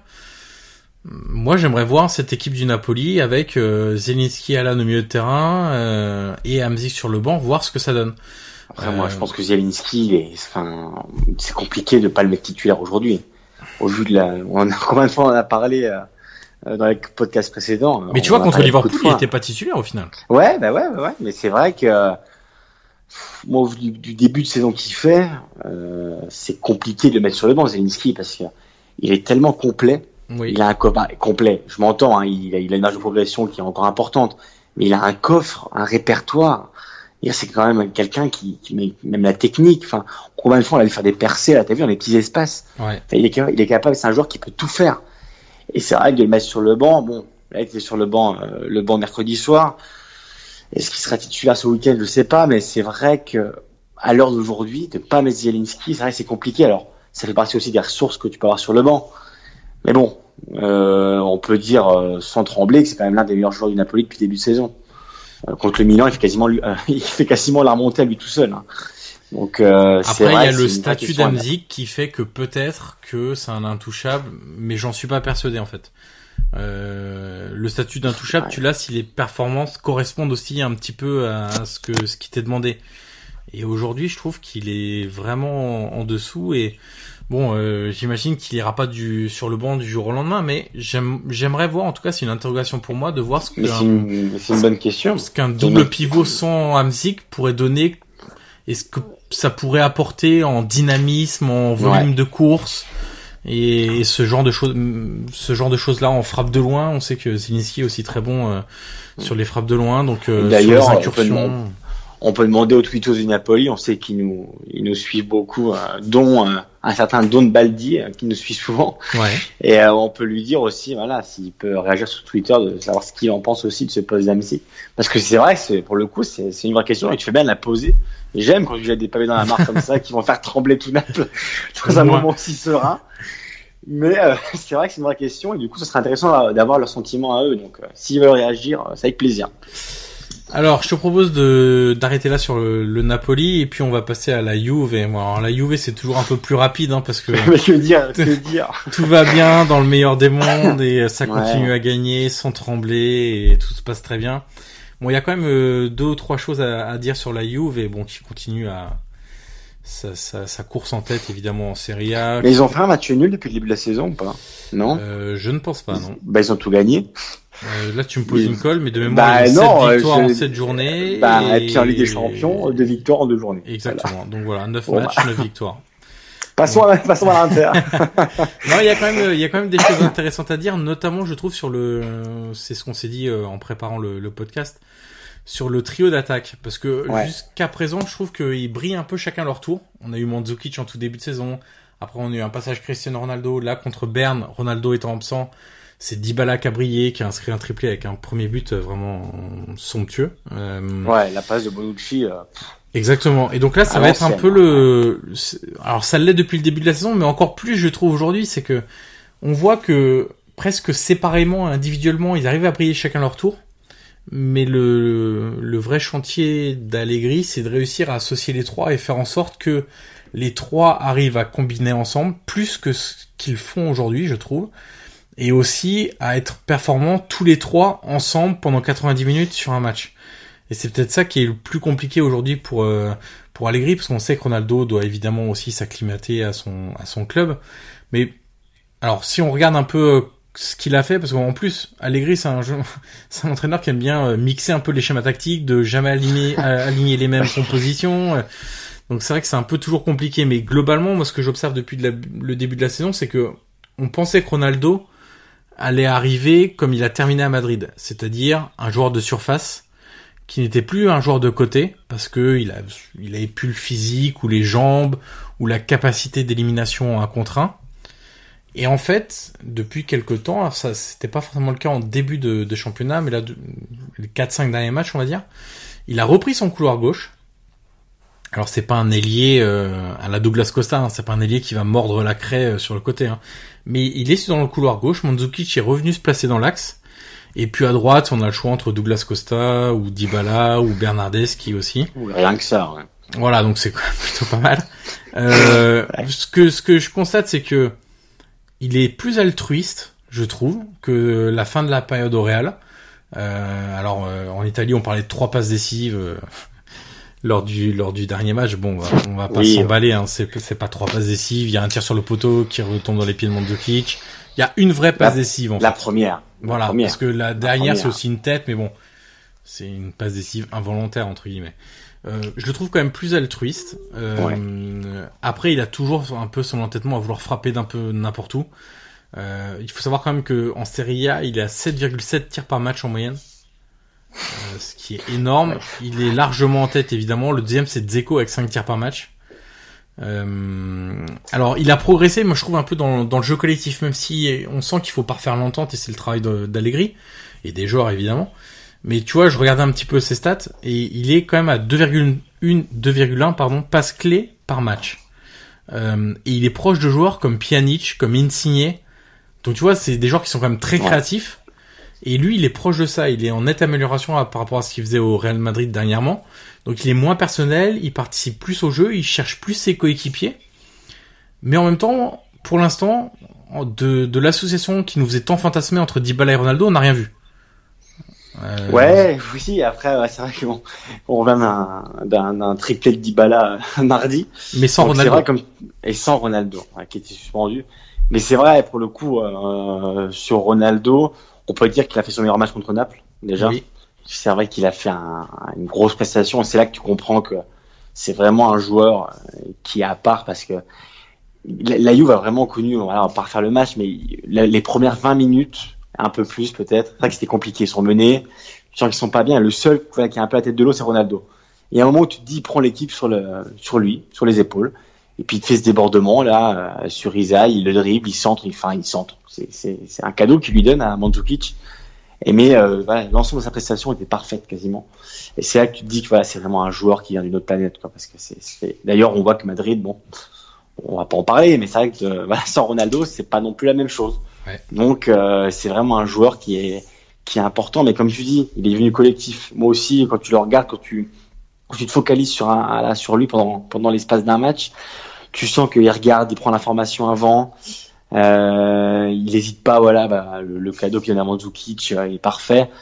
moi j'aimerais voir cette équipe du Napoli avec euh, Zielinski, Alan au milieu de terrain euh, et Hamsik sur le banc, voir ce que ça donne. Après, euh... moi, je pense que Zielinski, est... enfin, c'est compliqué de pas le mettre titulaire aujourd'hui. Au vu de la, on a combien de fois on a parlé euh, dans les podcasts précédents. Mais tu vois, contre Liverpool, il était pas titulaire au final. Ouais, bah ouais, bah ouais. Mais c'est vrai que euh, moi, au vu du, du début de saison qu'il fait, euh, c'est compliqué de le mettre sur le banc, Zielinski, parce que il est tellement complet. Oui. Il a un coffre complet. Je m'entends, hein, il, a, il a une marge de progression qui est encore importante, mais il a un coffre, un répertoire. Et c'est quand même quelqu'un qui, qui met même la technique. Enfin, combien de fois on l'a vu faire des percées là, t'as vu dans les petits espaces. Ouais. Enfin, il est il est capable. C'est un joueur qui peut tout faire. Et c'est vrai que le mettre sur le banc, bon, là il était sur le banc, euh, le banc mercredi soir. Est-ce qu'il sera titulaire ce week-end? Je sais pas, mais c'est vrai que à l'heure d'aujourd'hui, de pas mettre Zielinski, c'est vrai que c'est compliqué. Alors, ça fait partie aussi des ressources que tu peux avoir sur le banc. Mais bon, euh, on peut dire euh, sans trembler que c'est quand même l'un des meilleurs joueurs du Napoli depuis le début de saison. Euh, contre le Milan, il fait quasiment, lui, euh, il fait quasiment la remontée à lui tout seul. Hein. Donc, euh, après, c'est vrai, il y a le c'est statut d'Hamzik qui fait que peut-être que c'est un intouchable, mais j'en suis pas persuadé en fait. Euh, le statut d'intouchable, ouais. Tu l'as si les performances correspondent aussi un petit peu à ce que ce qui t'est demandé. Et aujourd'hui, je trouve qu'il est vraiment en, en dessous. Et bon, euh, j'imagine qu'il ira pas du sur le banc du jour au lendemain, mais j'aime, j'aimerais voir. En tout cas, c'est une interrogation pour moi de voir ce qu'un, c'est une, c'est une bonne question. Ce qu'un double pivot sans Hamzik pourrait donner. Est-ce que ça pourrait apporter en dynamisme, en volume ouais. de course? Et ce genre de choses, ce genre de choses là en frappe de loin, on sait que Zielinski est aussi très bon euh, sur les frappes de loin, donc euh, d'ailleurs, sur les incursions. On peut, demander, on peut demander aux tweetos du Napoli, on sait qu'ils nous, ils nous suivent beaucoup, euh, dont euh, un certain Don Baldi euh, qui nous suit souvent. Ouais. Et euh, on peut lui dire aussi, voilà, s'il peut réagir sur Twitter, de savoir ce qu'il en pense aussi de ce poste d'Hamzik. Parce que c'est vrai, c'est pour le coup, c'est, c'est une vraie question et tu fais bien de la poser. Et j'aime quand tu jettes des pavés dans la mare comme ça, qui vont faire trembler tout Naples dans un moment si serein. Mais euh, c'est vrai que c'est une vraie question et du coup, ce serait intéressant d'avoir leur sentiment à eux. Donc, euh, s'ils veulent réagir, c'est avec plaisir. Alors, je te propose de d'arrêter là sur le, le Napoli et puis on va passer à la Juve. Et moi, alors, la Juve, c'est toujours un peu plus rapide hein, parce que mais que dire, que dire tout va bien dans le meilleur des mondes et ça continue ouais. à gagner sans trembler et tout se passe très bien. Bon, il y a quand même euh, deux ou trois choses à, à dire sur la Juve et bon, qui continue à sa, sa, sa course en tête évidemment en Serie A. Mais ils ont fait un match nul depuis le début de la saison ou pas? Non. Euh, je ne pense pas, non. Bah ils ont tout gagné. Euh, là, tu me poses ils... une colle, mais de mémoire, bah, ils ont non, sept victoires je... en sept journées. Bah, et... et puis en Ligue des Champions, deux victoires en deux journées. Exactement. Voilà. Donc voilà, neuf bon, matchs, bah... neuf victoires. Passons, à, passons à l'Inter. Non, il y a quand même, il y a quand même des choses intéressantes à dire, notamment, je trouve, sur le, c'est ce qu'on s'est dit euh, en préparant le, le podcast, sur le trio d'attaque. Parce que ouais. jusqu'à présent, je trouve qu'ils brillent un peu chacun leur tour. On a eu Mandzukic en tout début de saison. Après, on a eu un passage Cristiano Ronaldo. Là, contre Berne, Ronaldo étant absent, c'est Dybala qui a brillé, qui a inscrit un triplé avec un premier but vraiment somptueux. Euh... Ouais, la passe de Bonucci. Euh... Exactement. Et donc là, ça ah va être un peu le... Alors, ça l'est depuis le début de la saison, mais encore plus, je trouve, aujourd'hui, c'est que on voit que presque séparément, individuellement, ils arrivent à briller chacun leur tour. Mais le, le vrai chantier d'Allegri, c'est de réussir à associer les trois et faire en sorte que les trois arrivent à combiner ensemble plus que ce qu'ils font aujourd'hui, je trouve. Et aussi à être performants tous les trois ensemble pendant quatre-vingt-dix minutes sur un match. Et c'est peut-être ça qui est le plus compliqué aujourd'hui pour euh, pour Allegri, parce qu'on sait que Ronaldo doit évidemment aussi s'acclimater à son à son club. Mais alors si on regarde un peu ce qu'il a fait, parce qu'en plus Allegri c'est un jeu, c'est un entraîneur qui aime bien mixer un peu les schémas tactiques, de jamais aligner aligner les mêmes compositions. Donc c'est vrai que c'est un peu toujours compliqué. Mais globalement, moi ce que j'observe depuis de la, le début de la saison, c'est que on pensait que Ronaldo allait arriver comme il a terminé à Madrid, c'est-à-dire un joueur de surface qui n'était plus un joueur de côté, parce que il a, il avait plus le physique, ou les jambes, ou la capacité d'élimination en un contre un. Et en fait, depuis quelque temps, alors ça, c'était pas forcément le cas en début de, de championnat, mais là, de, les quatre cinq derniers matchs, on va dire, il a repris son couloir gauche. Alors c'est pas un ailier euh, à la Douglas Costa, hein, c'est pas un ailier qui va mordre la craie euh, sur le côté, hein. Mais il est dans le couloir gauche, Mandzukic est revenu se placer dans l'axe. Et puis à droite, on a le choix entre Douglas Costa ou Dybala ou Bernardeschi aussi. Rien que ça, ouais. Voilà, donc c'est quand même plutôt pas mal. Euh, ce que ce que je constate, c'est que il est plus altruiste, je trouve, que la fin de la période au Real. Euh, alors euh, en Italie, on parlait de trois passes décisives euh, lors du lors du dernier match. Bon, on va, on va pas oui, s'emballer, hein. C'est c'est pas trois passes décisives. Il y a un tir sur le poteau qui retombe dans les pieds de Mandzukic. Il y a une vraie passe la, décisive en la fait. Première. Voilà, première. Parce que la dernière, c'est aussi une tête, mais bon, c'est une passe décisive involontaire, entre guillemets. Euh, je le trouve quand même plus altruiste. Euh, ouais. Après, il a toujours un peu son entêtement à vouloir frapper d'un peu n'importe où. Euh, il faut savoir quand même que en Serie A, il est à sept virgule sept tirs par match en moyenne. Euh, ce qui est énorme. Il est largement en tête, évidemment. Le deuxième, c'est Dzeko avec cinq tirs par match. Euh, alors, il a progressé, moi je trouve un peu dans, dans le jeu collectif, même si on sent qu'il faut pas refaire l'entente et c'est le travail de, d'Allegri et des joueurs évidemment. Mais tu vois, je regardais un petit peu ses stats et il est quand même à deux virgule un pardon passes clés par match. Euh, et il est proche de joueurs comme Pjanic, comme Insigne. Donc tu vois, c'est des joueurs qui sont quand même très créatifs. Et lui, il est proche de ça. Il est en nette amélioration à, par rapport à ce qu'il faisait au Real Madrid dernièrement. Donc il est moins personnel, il participe plus au jeu, il cherche plus ses coéquipiers. Mais en même temps, pour l'instant, de, de l'association qui nous faisait tant fantasmer entre Dybala et Ronaldo, on n'a rien vu. Euh... Ouais, oui, après, ouais, c'est vrai qu'on on revient d'un, d'un, d'un triplé de Dybala mardi. Mais sans Donc, Ronaldo. C'est vrai, comme, et sans Ronaldo, hein, qui était suspendu. Mais c'est vrai, pour le coup, euh, sur Ronaldo, on peut dire qu'il a fait son meilleur match contre Naples, déjà. Oui. C'est vrai qu'il a fait un, une grosse prestation. C'est là que tu comprends que c'est vraiment un joueur qui est à part parce que la, la Juve a vraiment connu, voilà, on va pas refaire le match, mais les premières vingt minutes, un peu plus peut-être. C'est vrai que c'était compliqué. Ils sont menés. Tu sens qu'ils sont pas bien. Le seul voilà, qui a un peu la tête de l'eau, c'est Ronaldo. Et à un moment où tu te dis, il prend l'équipe sur le, sur lui, sur les épaules. Et puis il te fait ce débordement, là, euh, sur Isaïe. Il le dribble, il centre, il, enfin, il centre. C'est, c'est, c'est un cadeau qu'il lui donne à Mandzukic. Et mais, euh, voilà, l'ensemble de sa prestation était parfaite, quasiment. Et c'est là que tu te dis que voilà, c'est vraiment un joueur qui vient d'une autre planète, quoi. Parce que c'est, c'est, d'ailleurs, on voit que Madrid, bon, on va pas en parler, mais c'est vrai que, euh, voilà, sans Ronaldo, c'est pas non plus la même chose. Ouais. Donc euh, c'est vraiment un joueur qui est qui est important, mais comme tu dis, il est devenu collectif. Moi aussi, quand tu le regardes, quand tu quand tu te focalises sur un là sur lui pendant pendant l'espace d'un match, tu sens qu'il regarde, il prend l'information avant, euh, il n'hésite pas. Voilà, bah, le, le cadeau qu'il donne à Mandzukic euh, est parfait.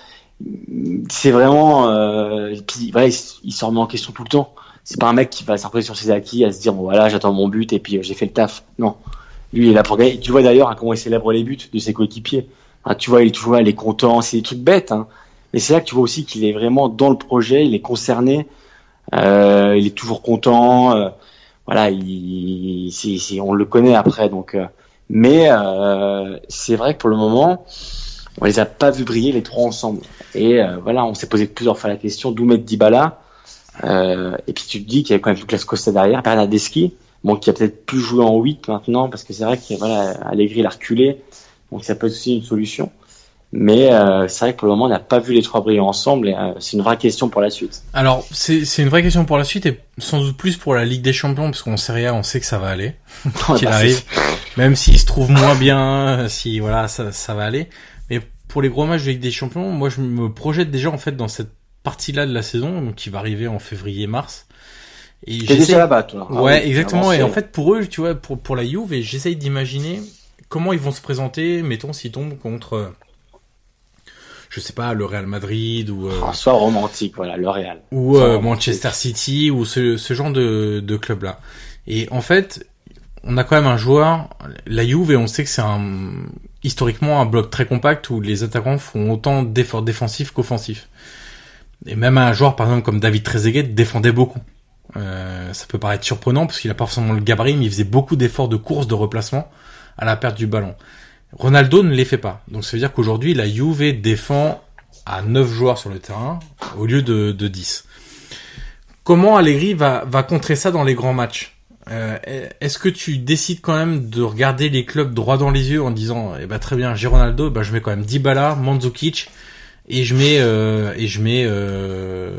C'est vraiment euh, et puis voilà, il, il se remet en question tout le temps. C'est pas un mec qui va s'imposer sur ses acquis à se dire bon voilà, j'attends mon but et puis euh, j'ai fait le taf. Non. Lui, il est là pour gagner. Tu vois d'ailleurs hein, comment il célèbre les buts de ses coéquipiers. Hein, tu vois, il est toujours là, il est content. C'est des trucs bêtes. Hein. Mais c'est là que tu vois aussi qu'il est vraiment dans le projet, il est concerné. Euh, il est toujours content. Euh, voilà, il, c'est, c'est, on le connaît après. Donc, euh, mais euh, c'est vrai que pour le moment, on les a pas vus briller les trois ensemble. Et euh, voilà, on s'est posé plusieurs fois la question d'où mettre Dybala. Euh, et puis tu te dis qu'il y a quand même Douglas Costa derrière, Bernardeschi. Bon, qui a peut-être plus joué en huit maintenant, parce que c'est vrai que voilà, Allegri l'a reculé, donc ça peut être aussi une solution. Mais euh, c'est vrai que pour le moment, on n'a pas vu les trois briller ensemble, et euh, c'est une vraie question pour la suite. Alors, c'est, c'est une vraie question pour la suite, et sans doute plus pour la Ligue des Champions, parce qu'en Serie A, on sait que ça va aller, qu'il bah, arrive, c'est... même s'il se trouve moins bien, si voilà, ça, ça va aller. Mais pour les gros matchs de Ligue des Champions, moi, je me projette déjà en fait dans cette partie-là de la saison, donc, qui va arriver en février-mars. Et T'es déjà là-bas, toi. Ouais, ah oui, exactement. Avancé. Et en fait, pour eux, tu vois, pour, pour la Juve, et j'essaye d'imaginer comment ils vont se présenter, mettons, s'ils tombent contre, je sais pas, le Real Madrid ou... Euh, soit romantique, voilà, le Real. Ou euh, Manchester City, ou ce, ce genre de, de club-là. Et en fait, on a quand même un joueur, la Juve, et on sait que c'est un, historiquement un bloc très compact où les attaquants font autant d'efforts défensifs qu'offensifs. Et même un joueur, par exemple, comme David Trezeguet, défendait beaucoup. Euh, ça peut paraître surprenant parce qu'il a pas forcément le gabarit, mais il faisait beaucoup d'efforts de course, de replacement à la perte du ballon. Ronaldo ne les fait pas. Donc ça veut dire qu'aujourd'hui, la Juve défend à neuf joueurs sur le terrain au lieu de, de dix. Comment Allegri va, va contrer ça dans les grands matchs? euh, Est-ce que tu décides quand même de regarder les clubs droit dans les yeux en disant eh ben, très bien, j'ai Ronaldo, ben, je mets quand même Dybala, Mandzukic, et je mets euh, et je mets euh,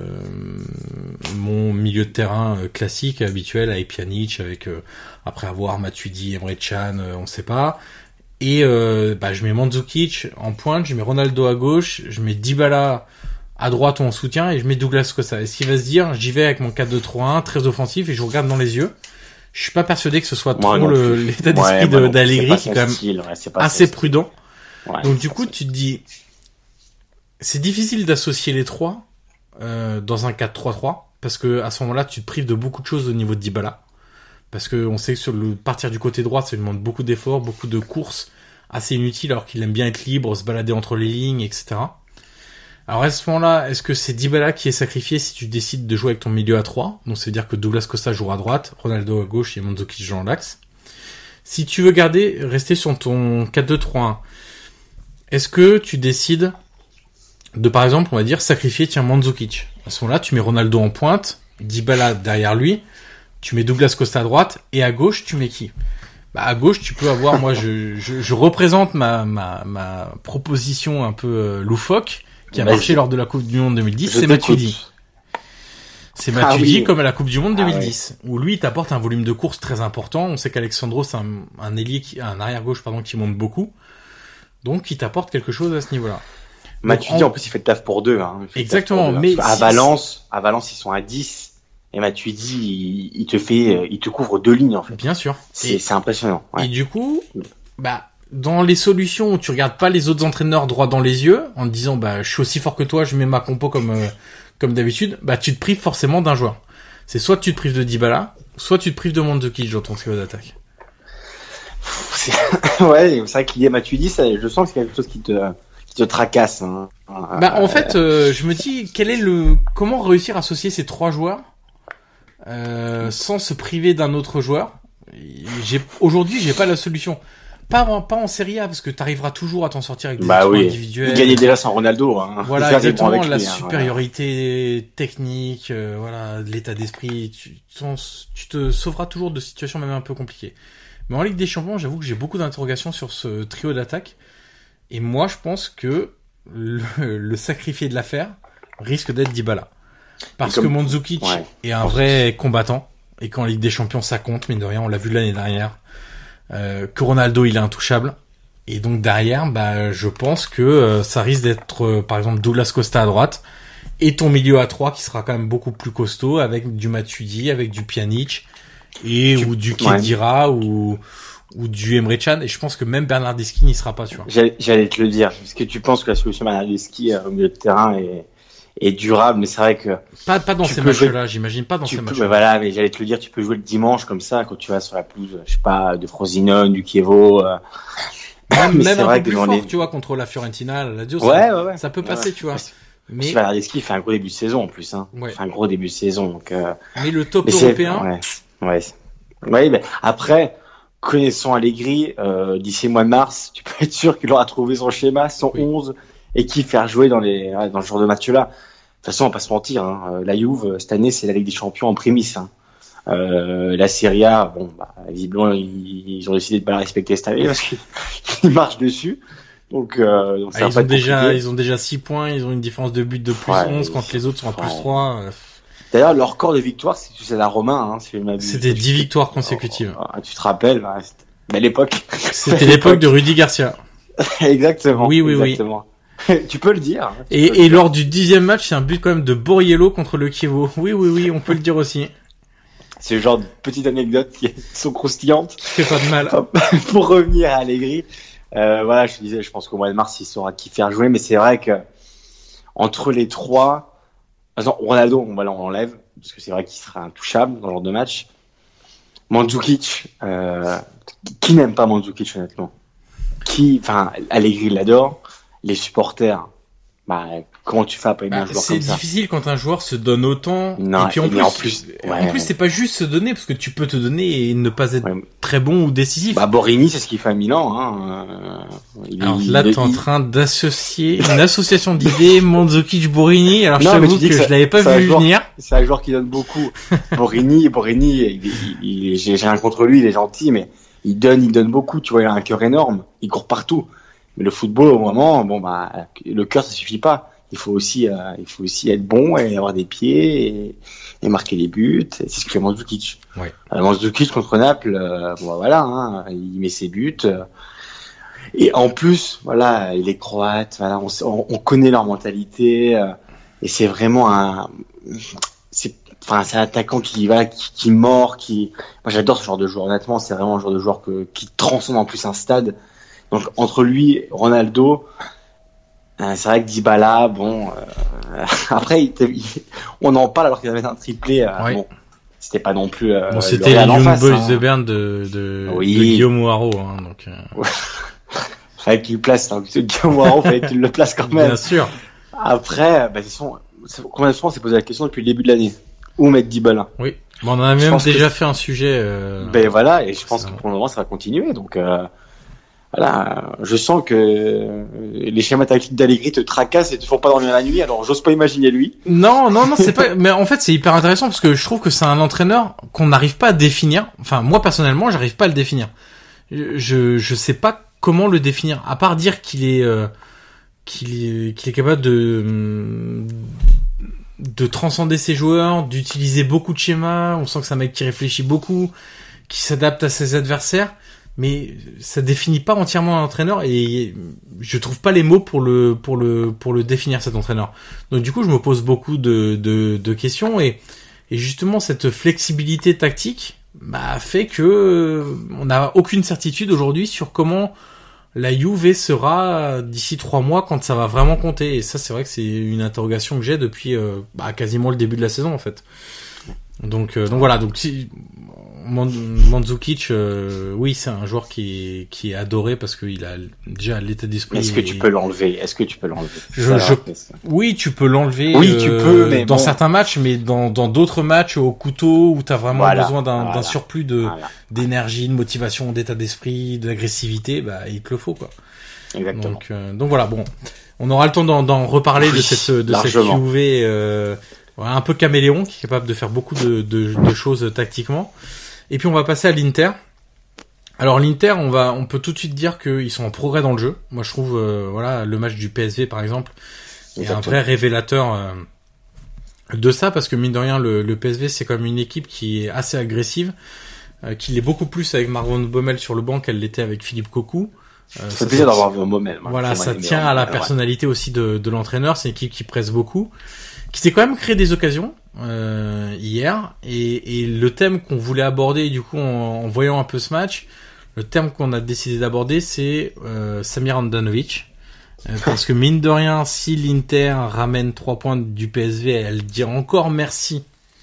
mon milieu de terrain euh, classique habituel avec Pjanic, avec euh, après avoir Matuidi, Emre Can, euh, on sait pas, et euh, bah je mets Mandzukic en pointe, je mets Ronaldo à gauche, je mets Dybala à droite ou en soutien et je mets Douglas Costa. Est-ce qu'il va se dire j'y vais avec mon quatre deux trois un très offensif et je vous regarde dans les yeux? Je suis pas persuadé que ce soit trop le, l'état d'esprit ouais, de, d'Allegri qui est quand même style, ouais, c'est pas assez prudent. Ouais, donc du coup tu te dis c'est difficile d'associer les trois euh, dans un quatre trois trois parce que à ce moment-là, tu te prives de beaucoup de choses au niveau de Dybala. Parce que on sait que sur le partir du côté droit, ça lui demande beaucoup d'efforts, beaucoup de courses assez inutiles, alors qu'il aime bien être libre, se balader entre les lignes, et cetera. Alors à ce moment-là, est-ce que c'est Dybala qui est sacrifié si tu décides de jouer avec ton milieu à trois? Donc ça veut dire que Douglas Costa jouera à droite, Ronaldo à gauche et Mandzukic dans l'axe. Si tu veux garder, rester sur ton quatre deux trois un, est-ce que tu décides de, par exemple, on va dire, sacrifier, tiens, Mandzukic. À ce moment-là, tu mets Ronaldo en pointe, Dybala derrière lui, Tu mets Douglas Costa à droite et à gauche, tu mets qui? Bah à gauche, tu peux avoir moi je je, je représente ma ma ma proposition un peu euh, loufoque qui a Vas-y. marché lors de la Coupe du Monde deux mille dix, je c'est Matuidi. C'est Matuidi ah oui. comme à la Coupe du Monde deux mille dix ah oui. où lui il t'apporte un volume de course très important. On sait qu'Alexandro c'est un un ailier qui un arrière gauche pardon qui monte beaucoup. Donc il t'apporte quelque chose à ce niveau-là. Matuidi en... en plus il fait le taf pour deux hein. Exactement, deux, mais à si... Valence, à Valence ils sont à dix. Et Matuidi, il, il te fait, il te couvre deux lignes en fait. Bien sûr. C'est, et, c'est impressionnant. Ouais. Et du coup, bah dans les solutions où tu regardes pas les autres entraîneurs droit dans les yeux en te disant bah je suis aussi fort que toi, je mets ma compo comme euh, comme d'habitude, bah tu te prives forcément d'un joueur. C'est soit tu te prives de Dybala, soit tu te prives de Mandzukic dans ton trio d'attaque. C'est... ouais, c'est vrai qu'il y a Matuidi, ça, je sens que c'est quelque chose qui te qui te tracasse. Hein. Bah en fait, euh, je me dis quel est le comment réussir à associer ces trois joueurs. Euh, sans se priver d'un autre joueur. J'ai, aujourd'hui, j'ai pas la solution. Pas en, pas en Serie A, parce que t'arriveras toujours à t'en sortir avec des bah oui. individuels. Il gagnait déjà sans Ronaldo, hein. Voilà, exactement, la lui, supériorité hein, voilà. technique, euh, voilà, l'état d'esprit. Tu, tu te sauveras toujours de situations même un peu compliquées. Mais en Ligue des Champions, j'avoue que j'ai beaucoup d'interrogations sur ce trio d'attaque. Et moi, je pense que le, le sacrifié de l'affaire risque d'être Dybala. Parce comme... que Mandzukic ouais. est un vrai combattant et qu'en Ligue des Champions ça compte, mine de rien, on l'a vu l'année dernière. Euh, que Ronaldo il est intouchable et donc derrière, bah je pense que euh, ça risque d'être euh, par exemple Douglas Costa à droite et ton milieu à trois qui sera quand même beaucoup plus costaud avec du Matuidi, avec du Pjanic et tu... ou du Khedira ouais. ou ou du Emre Can et je pense que même Bernardeschi n'y sera pas, tu vois. J'allais, j'allais te le dire. Est-ce que tu penses que la solution Bernardeschi euh, au milieu de terrain est est durable, mais c'est vrai que pas pas dans ces matchs-là, j'imagine pas dans ces matchs. Mais voilà, mais j'allais te le dire, tu peux jouer le dimanche comme ça quand tu vas sur la pelouse, je sais pas, de Frosinone, du Chievo. Euh... Même, même un peu plus fort, les... tu vois, contre la Fiorentina, la Lazio, ouais, ça, ouais, ouais. ça peut passer, ouais. tu vois. Mais si Bernardeschi fait un gros début de saison en plus, hein. Ouais. Il fait un gros début de saison, donc. Euh... Mais le top mais européen. Ouais. Ouais. Ouais, mais après, connaissant Allegri, euh, d'ici le mois de mars, tu peux être sûr qu'il aura trouvé son schéma, son oui. onze, et qui faire jouer dans les dans ce genre de match-là. De toute façon, on va pas se mentir, hein. La Juve, cette année, c'est la Ligue des Champions en prémisse. Hein. Euh, la Serie A, bon, bah, visiblement, ils, ils ont décidé de pas la respecter cette année parce qu'ils marchent dessus. Donc, euh, donc ça ah, va ils pas ont être déjà, compliqué. ils ont déjà six points, ils ont une différence de but de plus ouais, onze quand les autres sont à plus ouais. trois. D'ailleurs, leur record de victoire, c'est, c'est la Romain, hein, si je m'abuse. C'était dix victoires consécutives. Oh, oh, tu te rappelles, bah, c'était... Mais à l'époque. C'était l'époque de Rudy Garcia. Exactement. Oui, oui, exactement. oui. Tu peux le dire. Et, le et dire. lors du dixième match, c'est un but quand même de Borriello contre le Chievo. Oui, oui, oui, on peut le dire aussi. C'est le genre de petites anecdotes qui sont croustillantes. Qui fait pas de mal. Pour revenir à Allegri, euh, voilà, je disais, je pense qu'au mois de mars, il saura qui faire jouer, mais c'est vrai que entre les trois, attends, Ronaldo, on va l'enlève parce que c'est vrai qu'il sera intouchable dans le genre de match. Mandzukic, euh, qui n'aime pas Mandzukic honnêtement? Qui, enfin, Allegri l'adore. Les supporters, bah, comment tu fais à pas aimer bah, un joueur comme ça? C'est difficile quand un joueur se donne autant. Non, et puis en et plus, en plus, ouais, en plus ouais. c'est pas juste se donner parce que tu peux te donner et ne pas être ouais. très bon ou décisif. Bah, Borini, c'est ce qu'il fait à Milan, hein. Euh, il, alors là, t'es il... en train d'associer une association d'idées Mandzukic-Borini. Alors, non, je t'avoue que, que ça, je l'avais pas vu joueur, venir. C'est un joueur qui donne beaucoup. Borini, Borini, il, il, il, j'ai rien contre lui, il est gentil, mais il donne, il donne beaucoup, tu vois, il a un cœur énorme. Il court partout. Mais le football, au moment, bon bah, le cœur, ça suffit pas. Il faut aussi, euh, il faut aussi être bon et avoir des pieds et, et marquer des buts. C'est ce que fait Mandzukic. Ouais. Euh, Mandzukic contre Naples, euh, bon voilà, hein, il met ses buts. Euh, et en plus, voilà, il est croate. Voilà, on, on, on connaît leur mentalité euh, et c'est vraiment un, c'est, enfin, c'est un attaquant qui va, qui, qui mord, qui. Moi, j'adore ce genre de joueur. Honnêtement, c'est vraiment un genre de joueur que qui transcende en plus un stade. Donc entre lui et Ronaldo, euh, c'est vrai que Dybala, bon, euh, après il il, on en parle alors qu'il avait un triplé. Euh, ouais. Bon, c'était pas non plus. Euh, bon, c'était les Young Boys hein. de Berne de, de, oui. de Guillaume Haro, hein, donc. Euh... fallait qu'il le place. Hein, Guillaume Haro, fallait qu'il le place quand même. Bien sûr. Après, bah, sont, combien de fois on s'est posé la question depuis le début de l'année? Où mettre Dybala? Oui. Bon, on en a même déjà que... fait un sujet. Euh... Ben voilà, et je pense que pour le moment ça va continuer, donc. Euh... voilà, je sens que les schémas tactiques d'Allegri te tracassent et te font pas dormir la nuit. Alors, j'ose pas imaginer lui. Non, non, non, c'est pas. Mais en fait, c'est hyper intéressant parce que je trouve que c'est un entraîneur qu'on n'arrive pas à définir. Enfin, moi personnellement, j'arrive pas à le définir. Je, je sais pas comment le définir. À part dire qu'il est, euh, qu'il est, qu'il est capable de, de transcender ses joueurs, d'utiliser beaucoup de schémas. On sent que c'est un mec qui réfléchit beaucoup, qui s'adapte à ses adversaires. Mais ça définit pas entièrement un entraîneur et je trouve pas les mots pour le pour le pour le définir, cet entraîneur. Donc du coup, je me pose beaucoup de de, de questions et et justement cette flexibilité tactique bah fait que on n'a aucune certitude aujourd'hui sur comment la Juve sera d'ici trois mois quand ça va vraiment compter. Et ça, c'est vrai que c'est une interrogation que j'ai depuis euh, bah, quasiment le début de la saison en fait. Donc euh, donc voilà, donc si Mandzukic, euh, oui, c'est un joueur qui est, qui est adoré parce qu'il a déjà l'état d'esprit. Est-ce que et... tu peux l'enlever? Est-ce que tu peux l'enlever? je, je... Oui, tu peux l'enlever. Oui, tu euh, peux, mais dans bon. certains matchs, mais dans dans d'autres matchs au couteau où t'as vraiment voilà, besoin d'un, voilà, d'un surplus de voilà. d'énergie, de motivation, d'état d'esprit, d'agressivité, bah il te le faut quoi. Exactement. Donc euh, donc voilà, bon, on aura le temps d'en, d'en reparler oui, de cette de largement. cette Juve euh, voilà, un peu caméléon qui est capable de faire beaucoup de de, de choses tactiquement. Et puis on va passer à l'Inter. Alors l'Inter, on va, on peut tout de suite dire qu'ils sont en progrès dans le jeu. Moi je trouve, euh, voilà, le match du P S V par exemple est un vrai révélateur euh, de ça parce que mine de rien, le, le P S V c'est comme une équipe qui est assez agressive, euh, qui l'est beaucoup plus avec Marwan Baumel sur le banc qu'elle l'était avec Philippe Cocu. Euh, c'est plaisir d'avoir vu Baumel. Voilà, ça tient à la personnalité ouais. aussi de, de l'entraîneur. C'est une équipe qui presse beaucoup, qui s'est quand même créé des occasions. Euh, hier et, et le thème qu'on voulait aborder du coup en, en voyant un peu ce match, le thème qu'on a décidé d'aborder c'est euh, Samir Handanovic euh, parce que mine de rien si l'Inter ramène trois points du P S V, elle dit encore merci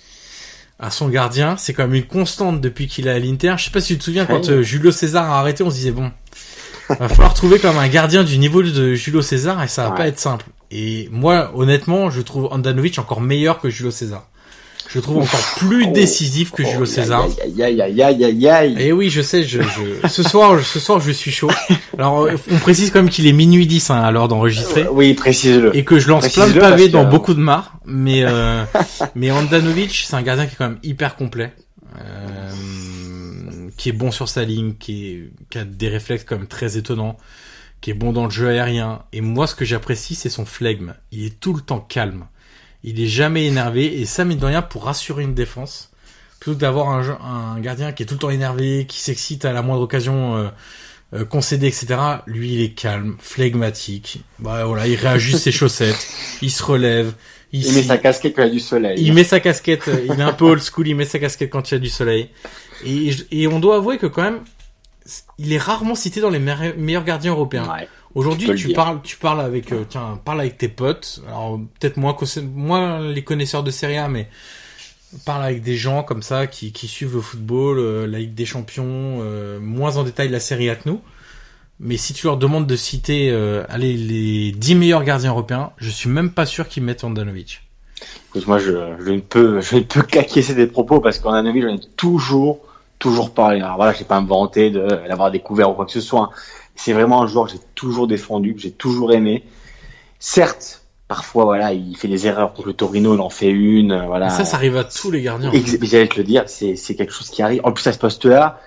à son gardien. C'est quand même une constante depuis qu'il est à l'Inter. Je sais pas si tu te souviens quand euh, Julio César a arrêté, on se disait bon, va falloir trouver comme un gardien du niveau de Julio César et ça va ouais. pas être simple. Et moi, honnêtement, je trouve Handanovic encore meilleur que Julio César. Je le trouve encore plus décisif que oh, Julio César. Aïe, aïe, aïe, aïe, aïe, aïe. Et oui, je sais, je, je, ce soir, ce soir, je suis chaud. Alors, on précise quand même qu'il est minuit dix, hein, à l'heure d'enregistrer. Oui, précise-le. Et que je lance plein de pavés dans que... beaucoup de mares. Mais, euh, mais Handanovic, c'est un gardien qui est quand même hyper complet. Euh, qui est bon sur sa ligne, qui est, qui a des réflexes quand même très étonnants, qui est bon dans le jeu aérien. Et moi, ce que j'apprécie, c'est son flegme. Il est tout le temps calme. Il est jamais énervé. Et ça, mine de rien, pour rassurer une défense, plutôt que d'avoir un, un gardien qui est tout le temps énervé, qui s'excite à la moindre occasion euh, euh, concédée, et cetera. Lui, il est calme, flegmatique. Bah voilà, il réajuste ses chaussettes, il se relève. Il, il met sa casquette quand il y a du soleil. Il met sa casquette. Il est un peu old school. Il met sa casquette quand il y a du soleil. Et, et on doit avouer que quand même, il est rarement cité dans les meilleurs gardiens européens. Ouais, aujourd'hui, tu, tu parles, tu parles avec, euh, tiens, parle avec tes potes. Alors peut-être moins, moins les connaisseurs de Serie A, mais parle avec des gens comme ça qui, qui suivent le football, euh, la Ligue des Champions, euh, moins en détail la Serie A que nous. Mais si tu leur demandes de citer, euh, allez, les dix meilleurs gardiens européens, je suis même pas sûr qu'ils mettent Handanovic. Écoute, moi, je, je ne peux, je ne peux qu'acquiescer des propos parce qu'Handanovic, j'en ai toujours, toujours parlé. Alors voilà, j'ai pas inventé de l'avoir découvert ou quoi que ce soit. C'est vraiment un joueur que j'ai toujours défendu, que j'ai toujours aimé. Certes, parfois, voilà, il fait des erreurs contre le Torino, il en fait une, voilà. Ça, ça arrive à tous les gardiens. Et j'allais te le dire, c'est, c'est quelque chose qui arrive. En plus, à ce poste-là,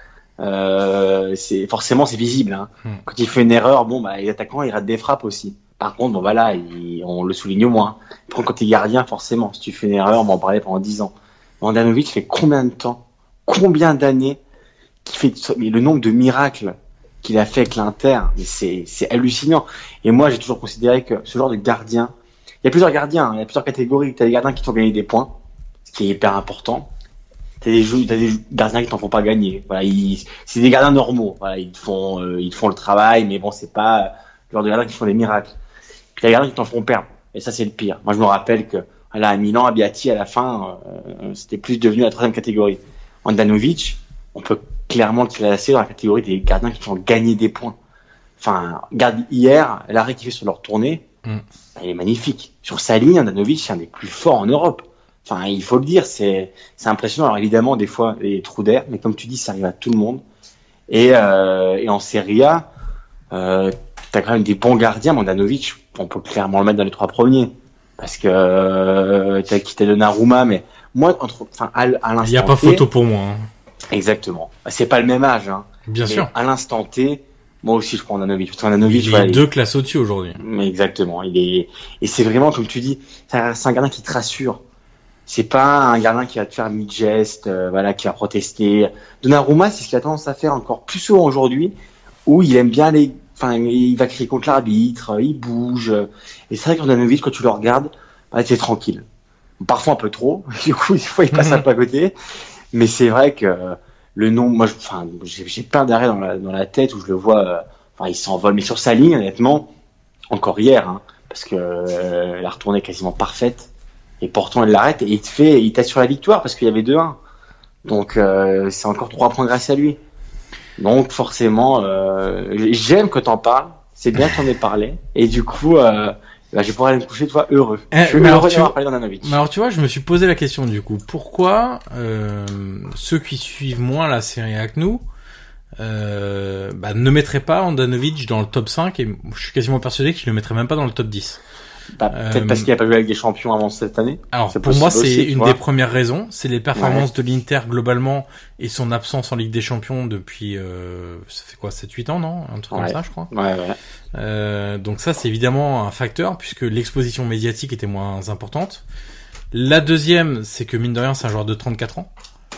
euh, c'est, forcément, c'est visible, hein. Hmm. Quand il fait une erreur, bon, bah, les attaquants, ils ratent des frappes aussi. Par contre, bon, voilà, il, on le souligne au moins. Par contre, quand t'es gardien, forcément, si tu fais une erreur, on va en parler pendant dix ans. Handanovic fait combien de temps, combien d'années qu'il fait le nombre de miracles qu'il a fait avec l'Inter, mais c'est, c'est hallucinant. Et moi, j'ai toujours considéré que ce genre de gardien, il y a plusieurs gardiens, hein, il y a plusieurs catégories. T'as des gardiens qui t'ont gagné des points, ce qui est hyper important. T'as des, t'as des gardiens qui t'en font pas gagner. Voilà, ils, c'est des gardiens normaux. Voilà, ils font, euh, ils font le travail, mais bon, c'est pas le genre de gardiens qui font des miracles. Puis les gardiens qui t'en font perdre. Et ça, c'est le pire. Moi, je me rappelle que, là, à Milan, Abbiati, à la fin, euh, c'était plus devenu la troisième catégorie. Handanovic, on peut clairement le classer dans la catégorie des gardiens qui font gagner des points. Enfin, regarde hier, l'arrêt qu'il fait sur leur tournée, mm. il est magnifique. Sur sa ligne, Handanovic, c'est un des plus forts en Europe. Enfin, il faut le dire, c'est, c'est impressionnant. Alors évidemment, des fois, il y a des trous d'air, mais comme tu dis, ça arrive à tout le monde. Et, euh, et en Serie A, euh, t'as quand même des bons gardiens. Mandanovic, on peut clairement le mettre dans les trois premiers. Parce que euh, t'as quitté Donnarumma, mais moi, entre, enfin, à, à l'instant T... Il n'y a pas photo pour moi. Hein. Exactement. C'est pas le même âge. Hein. Bien mais sûr. À l'instant T, moi aussi je prends Mandanovic. Parce que Mandanovic, il est voilà, deux il... classes au-dessus aujourd'hui. Mais exactement. Il est et c'est vraiment comme tu dis, c'est un, c'est un gardien qui te rassure. C'est pas un gardien qui va te faire mille gestes, euh, voilà, qui va protester. Donnarumma, c'est ce qu'il a tendance à faire encore plus souvent aujourd'hui, où il aime bien les, enfin, il va crier contre l'arbitre, il bouge. Et c'est vrai que Mandanovic, quand tu le regardes, bah, t'es tranquille. Parfois un peu trop. Du coup, des fois, il passe un peu à côté. Mais c'est vrai que le nom, moi, je, enfin, j'ai, j'ai plein d'arrêts dans la, dans la tête où je le vois, euh, enfin, il s'envole. Mais sur sa ligne, honnêtement, encore hier, hein, parce que euh, la retournée est quasiment parfaite. Et pourtant, il l'arrête et il te fait, il t'assure la victoire parce qu'il y avait deux un. Donc, euh, c'est encore trois points grâce à lui. Donc, forcément, euh, j'aime que t'en parles. C'est bien que t'en aies parlé. Et du coup, euh, bah, je vais pouvoir aller me coucher, toi, heureux. Eh, je suis heureux d'avoir parlé d'Andanovic. Mais alors, tu vois, je me suis posé la question, du coup. Pourquoi, euh, ceux qui suivent moins la Serie A que nous, euh, bah, ne mettraient pas Andanovic dans le top cinq, et je suis quasiment persuadé qu'ils le mettraient même pas dans le top dix. Bah, peut-être euh, parce qu'il a pas joué avec des champions avant cette année. Alors, pour moi, c'est aussi, une des premières raisons. C'est les performances ouais. de l'Inter globalement et son absence en Ligue des Champions depuis, euh, ça fait quoi, sept huit ans, non? Un truc ouais. comme ça, je crois. Ouais, ouais. Euh, donc ça, c'est évidemment un facteur puisque l'exposition médiatique était moins importante. La deuxième, c'est que mine de rien, c'est un joueur de trente-quatre ans.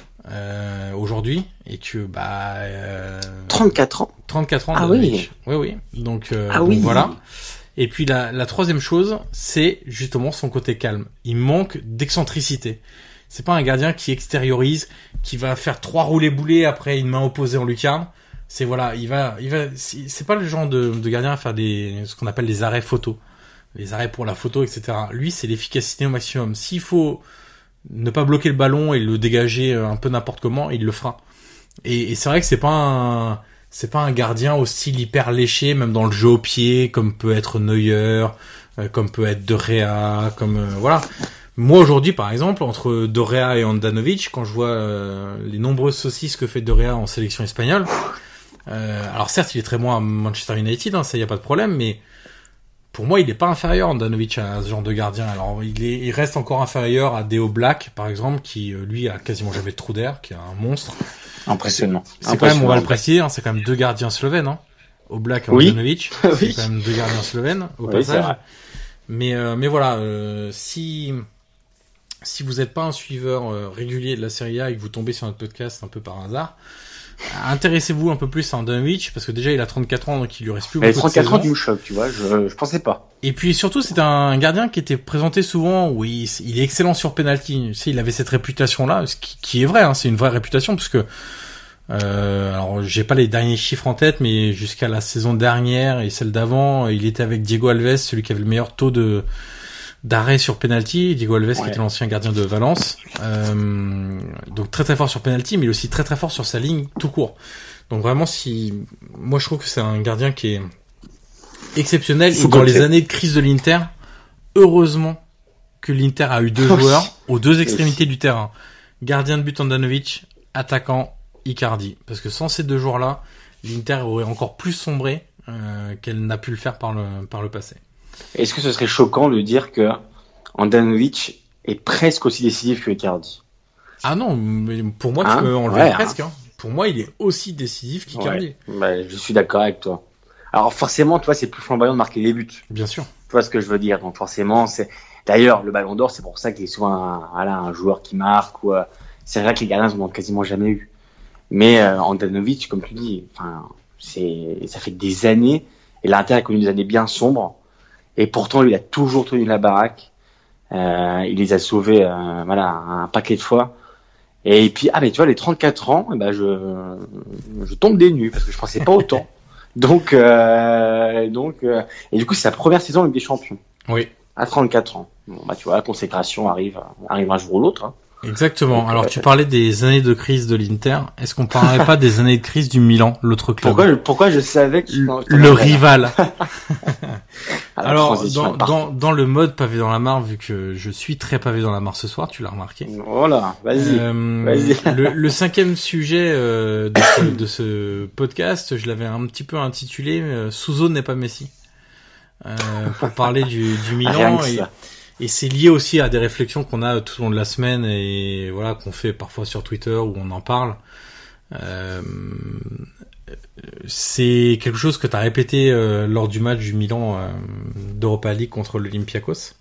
Euh, aujourd'hui, et que, bah, euh, trente-quatre ans. trente-quatre ans. Ah oui. Oui, oui. Donc, euh, ah donc oui. voilà. Et puis la, la troisième chose, c'est justement son côté calme. Il manque d'excentricité. C'est pas un gardien qui extériorise, qui va faire trois roulés boulés après une main opposée en lucarne. C'est voilà, il va, il va. C'est pas le genre de, de gardien à faire des, ce qu'on appelle les arrêts photo, les arrêts pour la photo, et cetera. Lui, c'est l'efficacité au maximum. S'il faut ne pas bloquer le ballon et le dégager un peu n'importe comment, il le fera. Et, et c'est vrai que c'est pas un C'est pas un gardien au style hyper léché, même dans le jeu au pied, comme peut être Neuer, euh, comme peut être De Gea, comme euh, voilà. Moi aujourd'hui, par exemple, entre De Gea et Andanovic, quand je vois euh, les nombreuses saucisses que fait De Gea en sélection espagnole, euh, alors certes, il est très bon à Manchester United, hein, ça y a pas de problème, mais pour moi, il est pas inférieur Andanovic à ce genre de gardien. Alors il est, il reste encore inférieur à Deo Black, par exemple, qui lui a quasiment jamais de trou d'air, qui est un monstre. Impressionnant. C'est, c'est quand même, on va le préciser, hein, c'est quand même deux gardiens slovènes, hein. Oblak et oui. Andanovic. oui. C'est quand même deux gardiens slovènes, au oui, passage. Mais, euh, mais voilà, euh, si, si vous n'êtes pas un suiveur euh, régulier de la Serie A et que vous tombez sur notre podcast un peu par hasard, intéressez-vous un peu plus à Andanovic, parce que déjà il a trente-quatre ans, donc il lui reste plus mais beaucoup de trente-quatre ans, saison. tu me choques, tu vois, je, je pensais pas. Et puis surtout, c'est un gardien qui était présenté souvent, oui, il est excellent sur penalty. Tu sais, il avait cette réputation-là, ce qui, qui est vrai, hein, c'est une vraie réputation, parce que Euh, alors j'ai pas les derniers chiffres en tête, mais jusqu'à la saison dernière et celle d'avant, il était avec Diego Alves, celui qui avait le meilleur taux de d'arrêt sur penalty. Diego Alves, ouais. qui était l'ancien gardien de Valence, euh, donc très très fort sur penalty, mais aussi très très fort sur sa ligne tout court. Donc vraiment, si moi je trouve que c'est un gardien qui est exceptionnel. Et dans les années de crise de l'Inter, heureusement que l'Inter a eu deux joueurs aux deux extrémités du terrain, gardien de but Andanovic, attaquant Icardi, parce que sans ces deux joueurs-là, l'Inter aurait encore plus sombré euh, qu'elle n'a pu le faire par le par le passé. Est-ce que ce serait choquant de dire que Andanovic est presque aussi décisif que Icardi? Ah non, mais pour moi, hein tu peux enlever ouais, presque. hein. Hein. Pour moi, il est aussi décisif qu'Icardi. Ouais. Bah, je suis d'accord avec toi. Alors forcément, toi, c'est plus flamboyant de marquer des buts. Bien sûr. Tu vois ce que je veux dire. Donc forcément, c'est. D'ailleurs, le Ballon d'Or, c'est pour ça qu'il est souvent un, voilà, un joueur qui marque. Ou, euh... c'est vrai que les gardiens n'en ont quasiment jamais eu. Mais euh, Andanovic, comme tu dis, enfin, c'est, ça fait des années, et l'Inter a connu des années bien sombres, et pourtant il a toujours tenu la baraque. Euh, il les a sauvés, euh, voilà, un paquet de fois. Et puis ah mais tu vois, les trente-quatre ans, eh ben je, je tombe des nues parce que je pensais pas autant. donc euh, donc euh, et du coup c'est sa première saison avec des champions. Oui. À trente-quatre ans. Bon bah tu vois, la consécration arrive, arrive un jour ou l'autre. Hein. Exactement. Alors, tu parlais des années de crise de l'Inter. Est-ce qu'on parlerait pas des années de crise du Milan, l'autre club? Pourquoi, pourquoi je savais que tu le, le rival. Alors, dans, dans, dans le mode pavé dans la mare, vu que je suis très pavé dans la mare ce soir, tu l'as remarqué. Voilà, vas-y. Euh, vas-y. Le, le cinquième sujet euh, de, ce, de ce podcast, je l'avais un petit peu intitulé euh, « Souzo n'est pas Messi euh, », pour parler du, du Milan. Et, et c'est lié aussi à des réflexions qu'on a tout au long de la semaine et voilà qu'on fait parfois sur Twitter où on en parle. Euh, c'est quelque chose que tu as répété euh, lors du match du Milan euh, d'Europa League contre l'Olympiakos.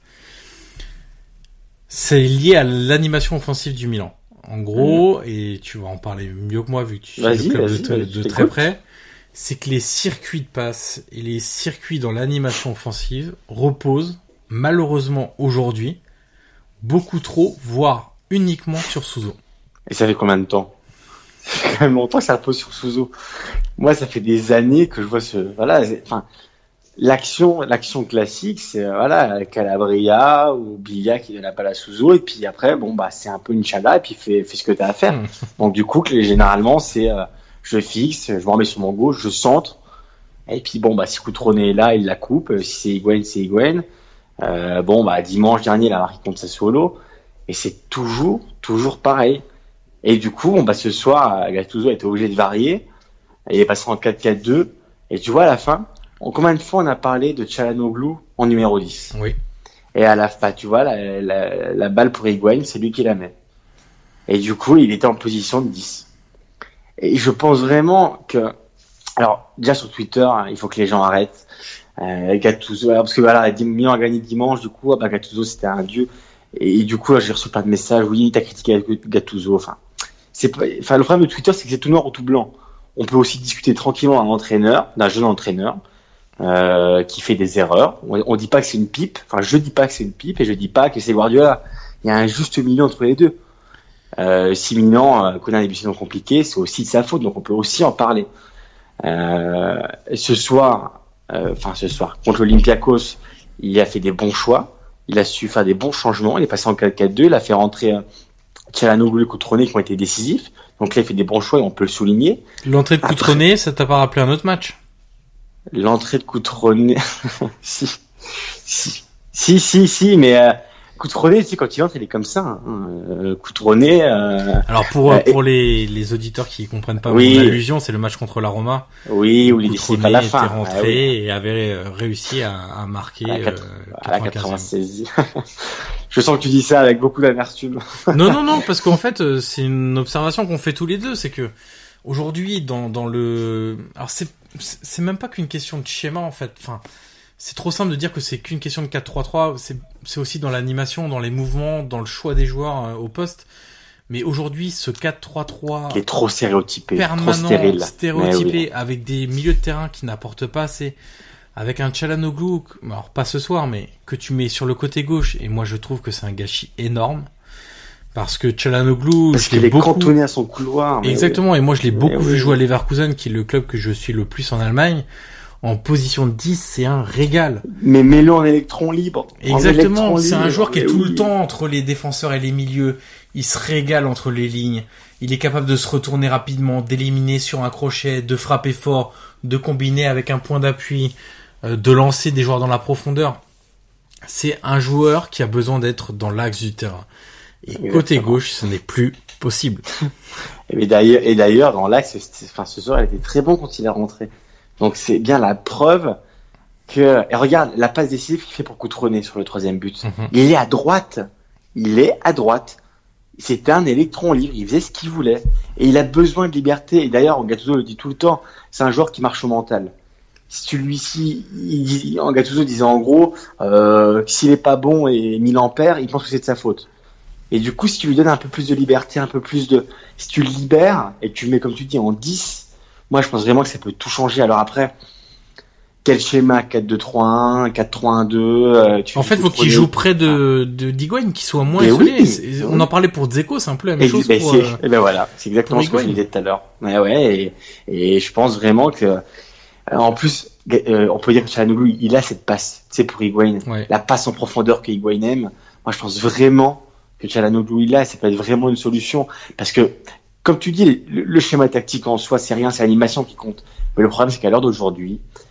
C'est lié à l'animation offensive du Milan. En gros, mmh. et tu vas en parler mieux que moi vu que tu vas-y, suis le club vas-y, de, vas-y, de très près, c'est que les circuits de passe et les circuits dans l'animation offensive reposent malheureusement aujourd'hui beaucoup trop, voire uniquement sur Souzo. Et ça fait combien de temps? Ça fait quand même longtemps que ça repose sur Souzo. Moi, ça fait des années que je vois ce, voilà, enfin, l'action, l'action classique, c'est, voilà, Calabria ou Biglia qui donne la balle à Souzo, et puis après, bon, bah, c'est un peu une chala, et puis fais, fais ce que t'as à faire. Donc, du coup, généralement, c'est, euh, je fixe, je me remets sur mon gauche, je centre, et puis bon, bah, si Cutrone est là, il la coupe, si c'est Higuaín, c'est Higuaín. Euh, bon, bah, dimanche dernier, il a marqué contre Sassuolo, et c'est toujours, toujours pareil. Et du coup, bon, bah, ce soir, Gattuso a été obligé de varier. Il est passé en quatre quatre deux. Et tu vois, à la fin, en combien de fois on a parlé de Çalhanoğlu en numéro dix? Oui. Et à la fin, tu vois, la, la, la balle pour Higuaín, c'est lui qui la met. Et du coup, il était en position de dix. Et je pense vraiment que, alors, déjà sur Twitter, hein, il faut que les gens arrêtent. Euh, Gattuso, parce que voilà, Milan a gagné dimanche, du coup, ah, bah, Gattuso, c'était un dieu. Et, et du coup, là, j'ai reçu plein de messages. Oui, t'as critiqué Gattuso. Enfin, c'est pas, enfin, le problème de Twitter, c'est que c'est tout noir ou tout blanc. On peut aussi discuter tranquillement d'un entraîneur, d'un jeune entraîneur, euh, qui fait des erreurs. On, on dit pas que c'est une pipe. Enfin, je dis pas que c'est une pipe et je dis pas que c'est Guardiola. Il y a un juste milieu entre les deux. Euh, si Milan euh, connaît un début de saison compliqué, c'est aussi de sa faute. Donc, on peut aussi en parler. Euh, ce soir, enfin, euh, ce soir, contre l'Olympiakos, il a fait des bons choix. Il a su faire des bons changements. Il est passé en quatre quatre deux. Il a fait rentrer euh, Çalhanoğlu et Cutrone qui ont été décisifs. Donc là, il fait des bons choix et on peut le souligner. L'entrée de Cutrone, Après, ça t'a pas rappelé un autre match? L'entrée de Cutrone, si, si, si, si, si, mais euh, Cutrone, tu sais, quand il entre, il est comme ça. Hein. Euh, Cutrone. Euh, Alors pour euh, pour les les auditeurs qui comprennent pas oui, mon allusion, c'est le match contre la Roma. Oui, où il est à la fin. était rentré ah, oui. et avait réussi à, à marquer à la, quatre, euh, à la quatre-vingt-seize. Je sens que tu dis ça avec beaucoup d'amertume. non, non, non, parce qu'en fait, c'est une observation qu'on fait tous les deux, c'est que aujourd'hui, dans dans le, alors c'est c'est même pas qu'une question de schéma en fait. Enfin, c'est trop simple de dire que c'est qu'une question de quatre trois trois. C'est c'est aussi dans l'animation, dans les mouvements, dans le choix des joueurs euh, au poste. Mais aujourd'hui, ce quatre trois trois qui est trop stéréotypé, permanent, trop stérile, stéréotypé, oui. avec des milieux de terrain qui n'apportent pas assez. Avec un Çalhanoğlu, alors pas ce soir, mais que tu mets sur le côté gauche, et moi je trouve que c'est un gâchis énorme, parce que Çalhanoğlu, parce qu'il est beaucoup... cantonné à son couloir. Exactement, oui. et moi je l'ai beaucoup mais vu oui. jouer à Leverkusen, qui est le club que je suis le plus en Allemagne. En position de dix, c'est un régal. Mais mets-le en électron libre. Exactement, c'est libre. un joueur qui est mais tout oui. le temps entre les défenseurs et les milieux. Il se régale entre les lignes. Il est capable de se retourner rapidement, d'éliminer sur un crochet, de frapper fort, de combiner avec un point d'appui, de lancer des joueurs dans la profondeur. C'est un joueur qui a besoin d'être dans l'axe du terrain. Et Exactement. Côté gauche, ce n'est plus possible. Et d'ailleurs, et d'ailleurs, dans l'axe, enfin, ce soir, elle était très bon quand il est rentré. Donc c'est bien la preuve que, et regarde, la passe décisive qu'il fait pour Cutrone sur le troisième but. Mm-hmm. Il est à droite. Il est à droite. C'était un électron libre. Il faisait ce qu'il voulait. Et il a besoin de liberté. Et d'ailleurs, Gattuso le dit tout le temps, c'est un joueur qui marche au mental. Si tu lui, si, il, il, Gattuso disait en gros, euh, s'il est pas bon et Milan perd, il pense que c'est de sa faute. Et du coup, si tu lui donnes un peu plus de liberté, un peu plus de, si tu le libères et que tu le mets, comme tu dis, en dix, moi, je pense vraiment que ça peut tout changer. Alors après, quel schéma? quatre deux trois un, quatre trois un deux, euh, tu En fait, faut qu'il joue près de, de d'Higuaín, qu'il soit moins isolé. Oui, on en parlait pour Dzeko, c'est un peu la même et chose ben pour, euh, et ben voilà, c'est exactement ce que je disais tout à l'heure. Ouais, ouais, et, et je pense vraiment que, en plus, euh, on peut dire que Çalhanoğlu, il a cette passe, tu sais, pour Higuaín. Ouais. La passe en profondeur que Higuaín aime. Moi, je pense vraiment que Çalhanoğlu, il a, ça peut être vraiment une solution. Parce que, comme tu dis, le, le schéma tactique en soi, c'est rien, c'est l'animation qui compte. Mais le problème, c'est qu'à l'heure d'aujourd'hui,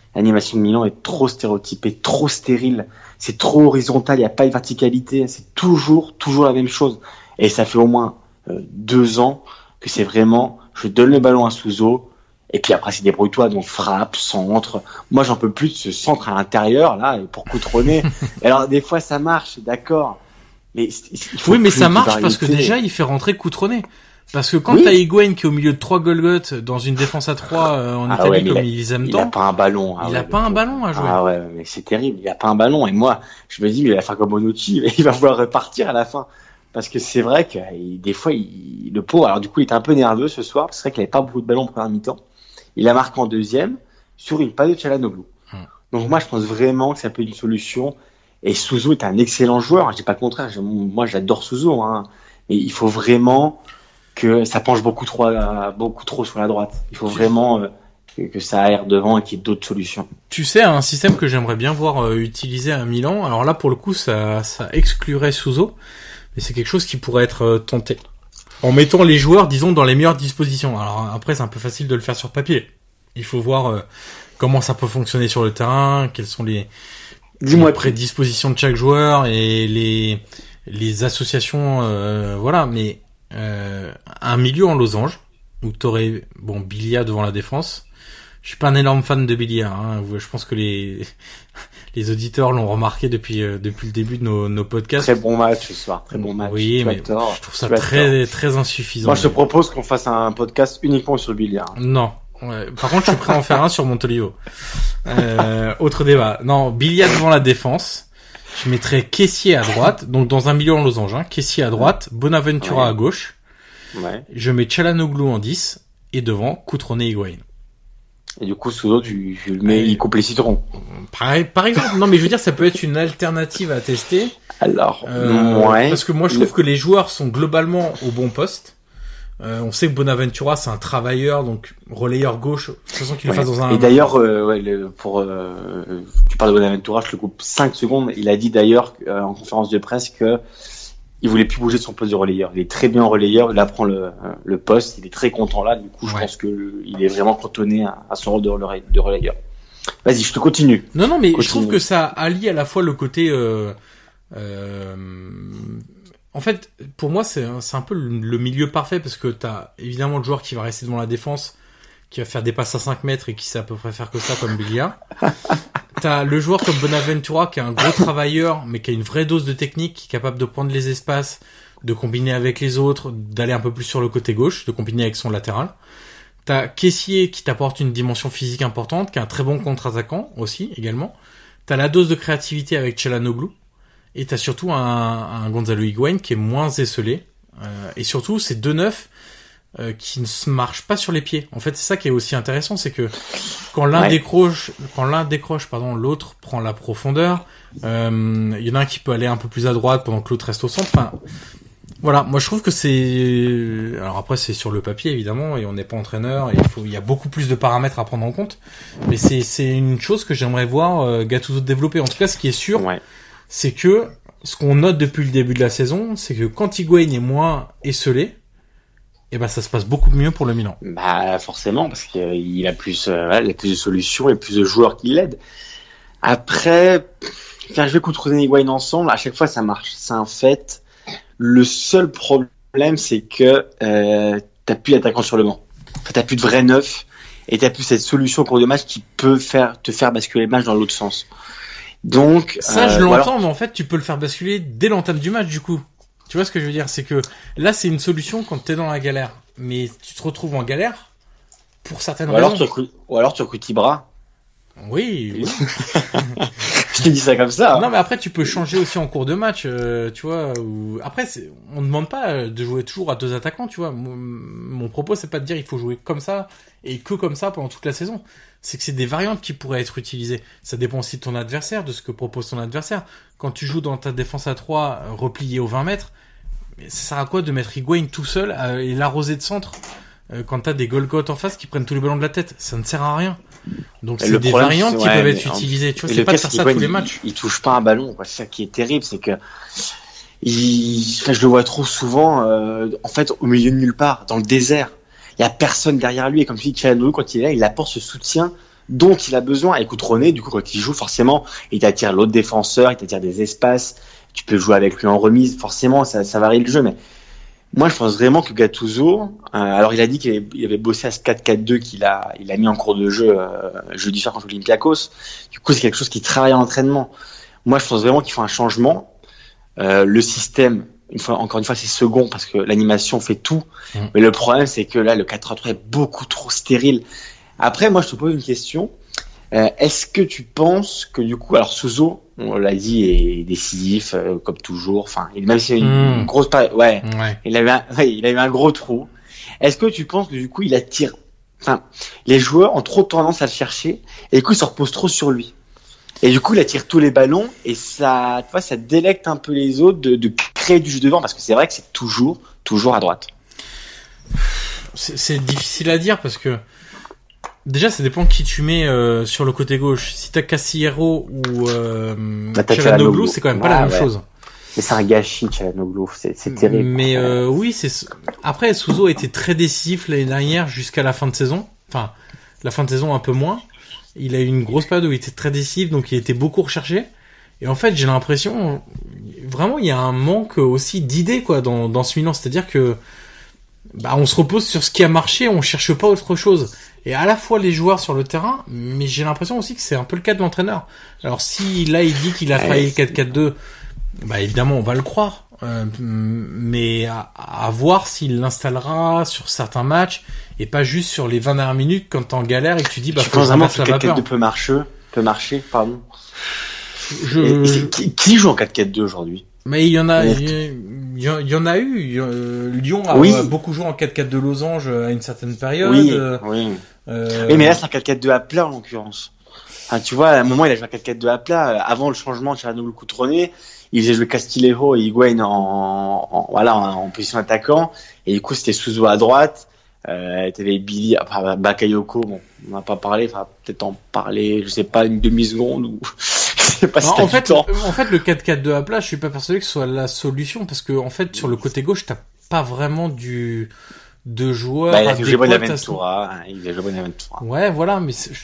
L'animation de Milan est trop stéréotypée, trop stérile. C'est trop horizontal, il n'y a pas de verticalité. C'est toujours, toujours la même chose. Et ça fait au moins euh, deux ans que c'est vraiment, je donne le ballon à Souzo, et puis après c'est débrouille-toi, donc frappe, centre. Moi j'en peux plus de ce centre à l'intérieur, là, pour coutronner. Alors des fois ça marche, d'accord. Mais il faut oui, mais ça marche parce que déjà il fait rentrer Coutronnet. Parce que quand oui. t'as Higuain qui est au milieu de trois Golgoth dans une défense à trois euh, en ah Italie ouais, comme a, ils aiment il tant, il a pas un ballon. Ah il ouais, a pas un ballon à jouer. Ah ouais, mais c'est terrible. Il a pas un ballon. Et moi, je me dis, mais il va faire comme Bonucci, il va vouloir repartir à la fin. Parce que c'est vrai que il, des fois, il, le pauvre, alors du coup, il était un peu nerveux ce soir. Parce que c'est vrai qu'il avait pas beaucoup de ballons en première mi-temps. Il a marqué en deuxième sur une passe de Çalhanoğlu. Hum. Donc moi, je pense vraiment que ça peut être une solution. Et Souzo est un excellent joueur. Je dis pas le contraire. Je, moi, j'adore Souzo. Hein. Mais il faut vraiment que ça penche beaucoup trop, à, beaucoup trop sur la droite. Il faut vraiment euh, que ça aère devant et qu'il y ait d'autres solutions. Tu sais, un système que j'aimerais bien voir euh, utilisé à Milan. Alors là, pour le coup, ça, ça exclurait Souzo, mais c'est quelque chose qui pourrait être euh, tenté en mettant les joueurs, disons, dans les meilleures dispositions. Alors après, c'est un peu facile de le faire sur papier. Il faut voir euh, comment ça peut fonctionner sur le terrain, quelles sont les, Dis-moi les prédispositions de chaque joueur et les les associations, euh, voilà. Mais Euh, un milieu en losange où t'aurais bon Bilia devant la défense. Je suis pas un énorme fan de Bilia, hein. Je pense que les les auditeurs l'ont remarqué depuis euh, depuis le début de nos, nos podcasts. Très bon match ce soir, très bon match. Oui, mais tort, je trouve ça très très insuffisant. Moi, je te propose qu'on fasse un podcast uniquement sur Bilia. Non. Ouais. Par contre, je suis prêt à en faire un sur Montolivo. Euh, autre débat. Non, Bilia devant la défense. Je mettrais Kessié à droite, donc dans un milieu en losange, hein. Kessié à droite, Bonaventura ouais. à gauche. Ouais. Je mets Çalhanoğlu en dix, et devant, Coutronnet et Higuain. Et du coup, Souzo, tu, tu le mets, il coupe les citrons. Par, par exemple, non, mais je veux dire, ça peut être une alternative à tester. Alors, euh, ouais. Parce que moi, je trouve que les joueurs sont globalement au bon poste. Euh, on sait que Bonaventura, c'est un travailleur, donc relayeur gauche, de toute façon qu'il ouais. le fasse dans un... Et d'ailleurs, euh, ouais, le, pour euh, tu parles de Bonaventura, je le coupe cinq secondes. Il a dit d'ailleurs euh, en conférence de presse que il voulait plus bouger de son poste de relayeur. Il est très bien relayeur, il apprend le, le poste, il est très content là. Du coup, je ouais. pense que il est vraiment cantonné à, à son rôle de, de relayeur. Vas-y, je te continue. Non, non, mais continue. Je trouve que ça allie à la fois le côté... Euh, euh, En fait, pour moi, c'est, c'est un peu le milieu parfait parce que t'as évidemment le joueur qui va rester devant la défense, qui va faire des passes à cinq mètres et qui sait à peu près faire que ça comme Bilia. T'as le joueur comme Bonaventura qui est un gros travailleur mais qui a une vraie dose de technique, qui est capable de prendre les espaces, de combiner avec les autres, d'aller un peu plus sur le côté gauche, de combiner avec son latéral. T'as Kessié qui t'apporte une dimension physique importante, qui est un très bon contre-attaquant aussi également. T'as la dose de créativité avec Çalhanoğlu. Et t'as surtout un, un Gonzalo Higuain qui est moins esselé. Euh, et surtout, c'est deux neufs euh, qui ne se marchent pas sur les pieds. En fait, c'est ça qui est aussi intéressant, c'est que quand l'un ouais. décroche, quand l'un décroche, pardon, l'autre prend la profondeur. Il euh, y en a un qui peut aller un peu plus à droite pendant que l'autre reste au centre. Enfin, voilà. Moi, je trouve que c'est. Alors après, c'est sur le papier évidemment, et on n'est pas entraîneur. Et il faut, il y a beaucoup plus de paramètres à prendre en compte. Mais c'est, c'est une chose que j'aimerais voir euh, Gattuso développer. En tout cas, ce qui est sûr. Ouais. C'est que ce qu'on note depuis le début de la saison, c'est que quand Higuain est moins esselé, eh ben ça se passe beaucoup mieux pour le Milan. Bah forcément, parce qu'il a plus, euh, il a plus de solutions et plus de joueurs qui l'aident. Après, quand je vais contrôler Higuain ensemble, à chaque fois ça marche, c'est un fait. Le seul problème, c'est que euh, t'as plus d'attaquant sur le banc. Enfin, t'as plus de vrai neuf et t'as plus cette solution au cours de match qui peut faire te faire basculer le match dans l'autre sens. Donc ça euh, je l'entends alors... mais en fait tu peux le faire basculer dès l'entame du match du coup. Tu vois ce que je veux dire, c'est que là c'est une solution quand t'es dans la galère, mais tu te retrouves en galère pour certaines ou raisons. Alors tu recrutes, ou alors tu recrutes Ibra. Oui, oui. Je te dis ça comme ça. Hein. Non mais après tu peux changer aussi en cours de match, euh, tu vois. Ou... Après c'est... on ne demande pas de jouer toujours à deux attaquants, tu vois. Mon, mon propos c'est pas de dire il faut jouer comme ça et que comme ça pendant toute la saison. C'est que c'est des variantes qui pourraient être utilisées. Ça dépend aussi de ton adversaire, de ce que propose ton adversaire. Quand tu joues dans ta défense à trois, replié aux vingt mètres, ça sert à quoi de mettre Higuain tout seul euh, et l'arroser de centre euh, quand t'as des Golgoth en face qui prennent tous les ballons de la tête? Ça ne sert à rien. Donc et c'est des problème, variantes c'est... qui ouais, peuvent être utilisées. Tu vois, c'est pas de faire ça tous les matchs. Il, il touche pas un ballon, quoi. C'est ça qui est terrible, c'est que il... enfin, je le vois trop souvent, euh, en fait, au milieu de nulle part, dans le désert. Il y a personne derrière lui, et comme tu dis, Çalhanoğlu, quand il est là, il apporte ce soutien dont il a besoin. Et Coutronnet, du coup, quand il joue, forcément, il t'attire l'autre défenseur, il t'attire des espaces, tu peux jouer avec lui en remise, forcément, ça, ça varie le jeu, mais moi, je pense vraiment que Gattuso, euh, alors il a dit qu'il avait, il avait bossé à ce quatre quatre deux qu'il a, il a mis en cours de jeu euh, jeudi soir contre Olympiakos. Du coup, c'est quelque chose qui travaille en entraînement. Moi, je pense vraiment qu'il faut un changement. Euh, le système, une fois, encore une fois, c'est second parce que l'animation fait tout. Mmh. Mais le problème, c'est que là, le quatre trois trois est beaucoup trop stérile. Après, moi, je te pose une question. Euh, est-ce que tu penses que du coup, alors Souzo, on l'a dit, est décisif euh, comme toujours. Enfin, même s'il y a une, mmh. une grosse période, ouais, ouais, il avait, un, ouais, il avait un gros trou. Est-ce que tu penses que du coup, il attire, enfin, les joueurs ont trop tendance à le chercher et du coup, ils se reposent trop sur lui. Et du coup, il attire tous les ballons et ça, tu vois, ça délecte un peu les autres de, de créer du jeu devant parce que c'est vrai que c'est toujours, toujours à droite. C'est, c'est difficile à dire parce que. Déjà, ça dépend qui tu mets euh, sur le côté gauche. Si t'as Casillero ou euh, Çalhanoğlu, c'est quand même pas ah, la même ouais. chose. Mais c'est un gâchis, Çalhanoğlu, c'est, c'est terrible. Mais euh, oui, c'est après Souzo était très décisif l'année dernière jusqu'à la fin de saison. Enfin, la fin de saison un peu moins. Il a eu une grosse période où il était très décisif, donc il était beaucoup recherché. Et en fait, j'ai l'impression, vraiment, il y a un manque aussi d'idées quoi dans dans ce Milan. C'est-à-dire que bah on se repose sur ce qui a marché, on cherche pas autre chose. Et à la fois les joueurs sur le terrain, mais j'ai l'impression aussi que c'est un peu le cas de l'entraîneur. Alors si là il dit qu'il a travaillé le quatre quatre deux, bah évidemment on va le croire. Euh, mais à, à voir s'il l'installera sur certains matchs et pas juste sur les vingt dernières minutes quand t'es en galère et que tu dis bah je faut que je remette la vapeur. quatre quatre deux peut marcher, peut marcher, pardon. Je... Et, qui, qui joue en quatre quatre deux aujourd'hui? Mais il y en a, il y, y, y en a eu. Euh, Lyon a, oui. a beaucoup joué en quatre quatre deux losange à une certaine période. Oui, oui. Euh... oui mais là c'est un quatre quatre deux à plat en l'occurrence. Enfin, tu vois, à un moment il a joué un quatre quatre deux à plat. Avant le changement de Çalhanoğlu Coutronnet, il faisait jouer Castillejo et Higuaín en, en voilà en, en position attaquant. Et du coup c'était Souzo à droite. Euh, t'avais Billy, enfin, Bakayoko, bon, on n'a pas parlé, enfin peut-être en parler, je sais pas, une demi seconde ou. Pas non, en fait, en fait, le quatre quatre deux à plat, je suis pas persuadé que ce soit la solution parce que en fait, sur le côté gauche, t'as pas vraiment du de joueurs. Bah, il a joué Bonaventura, hein, il a joué Bonaventura. Ouais, voilà, mais c'est...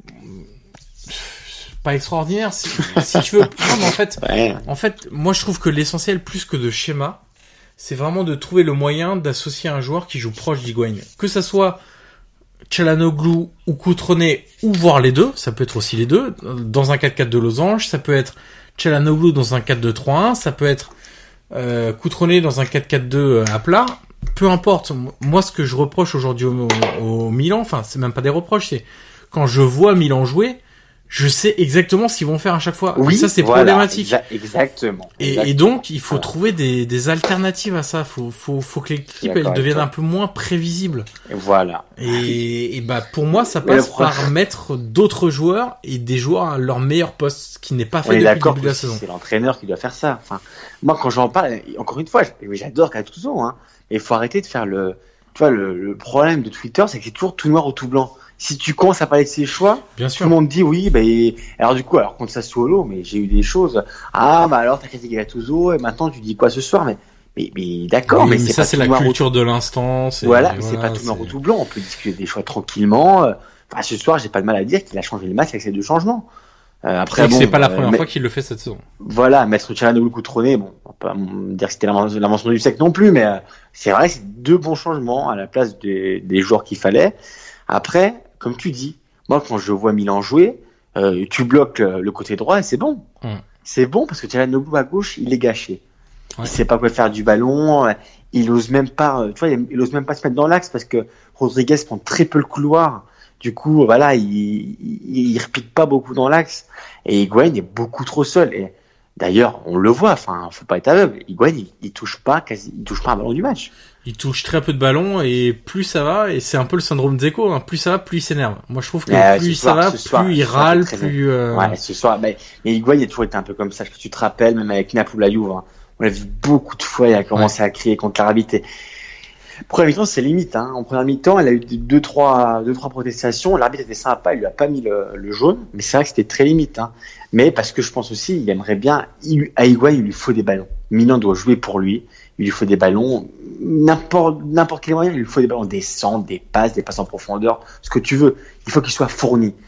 pas extraordinaire. Si, si tu veux, non, mais en fait, ouais. en fait, moi, je trouve que l'essentiel, plus que de schéma, c'est vraiment de trouver le moyen d'associer un joueur qui joue proche d'Higuaín, que ça soit Çalhanoğlu ou Coutronnet ou voire les deux, ça peut être aussi les deux dans un quatre quatre deux losange, ça peut être Çalhanoğlu dans un quatre deux trois un, ça peut être euh, Coutronnet dans un quatre quatre deux à plat, peu importe. Moi ce que je reproche aujourd'hui au, au, au Milan, enfin c'est même pas des reproches, c'est quand je vois Milan jouer, je sais exactement ce qu'ils vont faire à chaque fois. Oui, et ça c'est voilà, problématique. Exa- exactement. Et, exactement. et donc il faut voilà. trouver des, des alternatives à ça. Faut, faut, faut que l'équipe elle devienne un peu moins prévisible. Et voilà. Et, et bah pour moi ça passe par mettre d'autres joueurs et des joueurs à leur meilleur poste, ce qui n'est pas fait depuis le début de la saison. C'est l'entraîneur qui doit faire ça. Enfin, moi quand j'en parle, encore une fois, j'adore Gattuso, hein. Et il faut arrêter de faire le, tu vois, le, le problème de Twitter, c'est que c'est toujours tout noir ou tout blanc. Si tu commences à parler de ses choix, bien sûr, tout le monde dit oui, bah, et... alors du coup, alors contre Sassuolo, mais j'ai eu des choses. Ah, bah alors t'as critiqué Gattuso et maintenant tu dis quoi ce soir? Mais, mais, mais d'accord, oui, mais, mais c'est ça pas c'est la culture de l'instant. C'est... Voilà, mais voilà, c'est pas tout c'est... noir ou tout blanc. On peut discuter des choix tranquillement. Enfin, ce soir, j'ai pas de mal à dire qu'il a changé le match avec ces deux changements. Euh, après, bon, c'est pas la première euh, fois mais... qu'il le fait cette saison. Voilà, mettre Çalhanoğlu Coutronnet, bon, on peut pas dire que c'était l'invention du siècle non plus, mais euh, c'est vrai que c'est deux bons changements à la place des, des joueurs qu'il fallait. Après, comme tu dis, moi, quand je vois Milan jouer, euh, tu bloques le, le côté droit et c'est bon. Mm. C'est bon parce que Çalhanoğlu à gauche, il est gâché. Ouais. Il sait pas quoi faire du ballon. Il ose même pas, tu vois, il ose même pas se mettre dans l'axe parce que Rodriguez prend très peu le couloir. Du coup, voilà, il, il, il repique pas beaucoup dans l'axe. Et Higuaín est beaucoup trop seul. Et d'ailleurs, on le voit. Enfin, faut pas être aveugle. Higuaín, il, il touche pas, quasi, il touche pas un ballon du match. Il touche très peu de ballons et plus ça va, et c'est un peu le syndrome Dzeko, hein, plus ça va, plus il s'énerve. Moi, je trouve que euh, plus soir, ça va, plus soir, il râle, plus... Euh... Ouais, ce soir, mais, mais Higuaín, il a toujours été un peu comme ça. Je sais que tu te rappelles, même avec Naples ou la Juve, hein, on l'a vu beaucoup de fois, il a commencé ouais. à crier contre l'arbitre. Première mi-temps, c'est limite, hein. En première mi-temps, elle a eu deux, trois, deux, trois protestations. L'arbitre était sympa, il lui a pas mis le, le jaune, mais c'est vrai que c'était très limite, hein. Mais parce que je pense aussi, il aimerait bien, il, à Higuaín, il lui faut des ballons. Milan doit jouer pour lui. Il lui faut des ballons, n'importe, n'importe quel moyen, il lui faut des ballons, des centres, des passes, des passes en profondeur, ce que tu veux. Il faut qu'il soit fourni.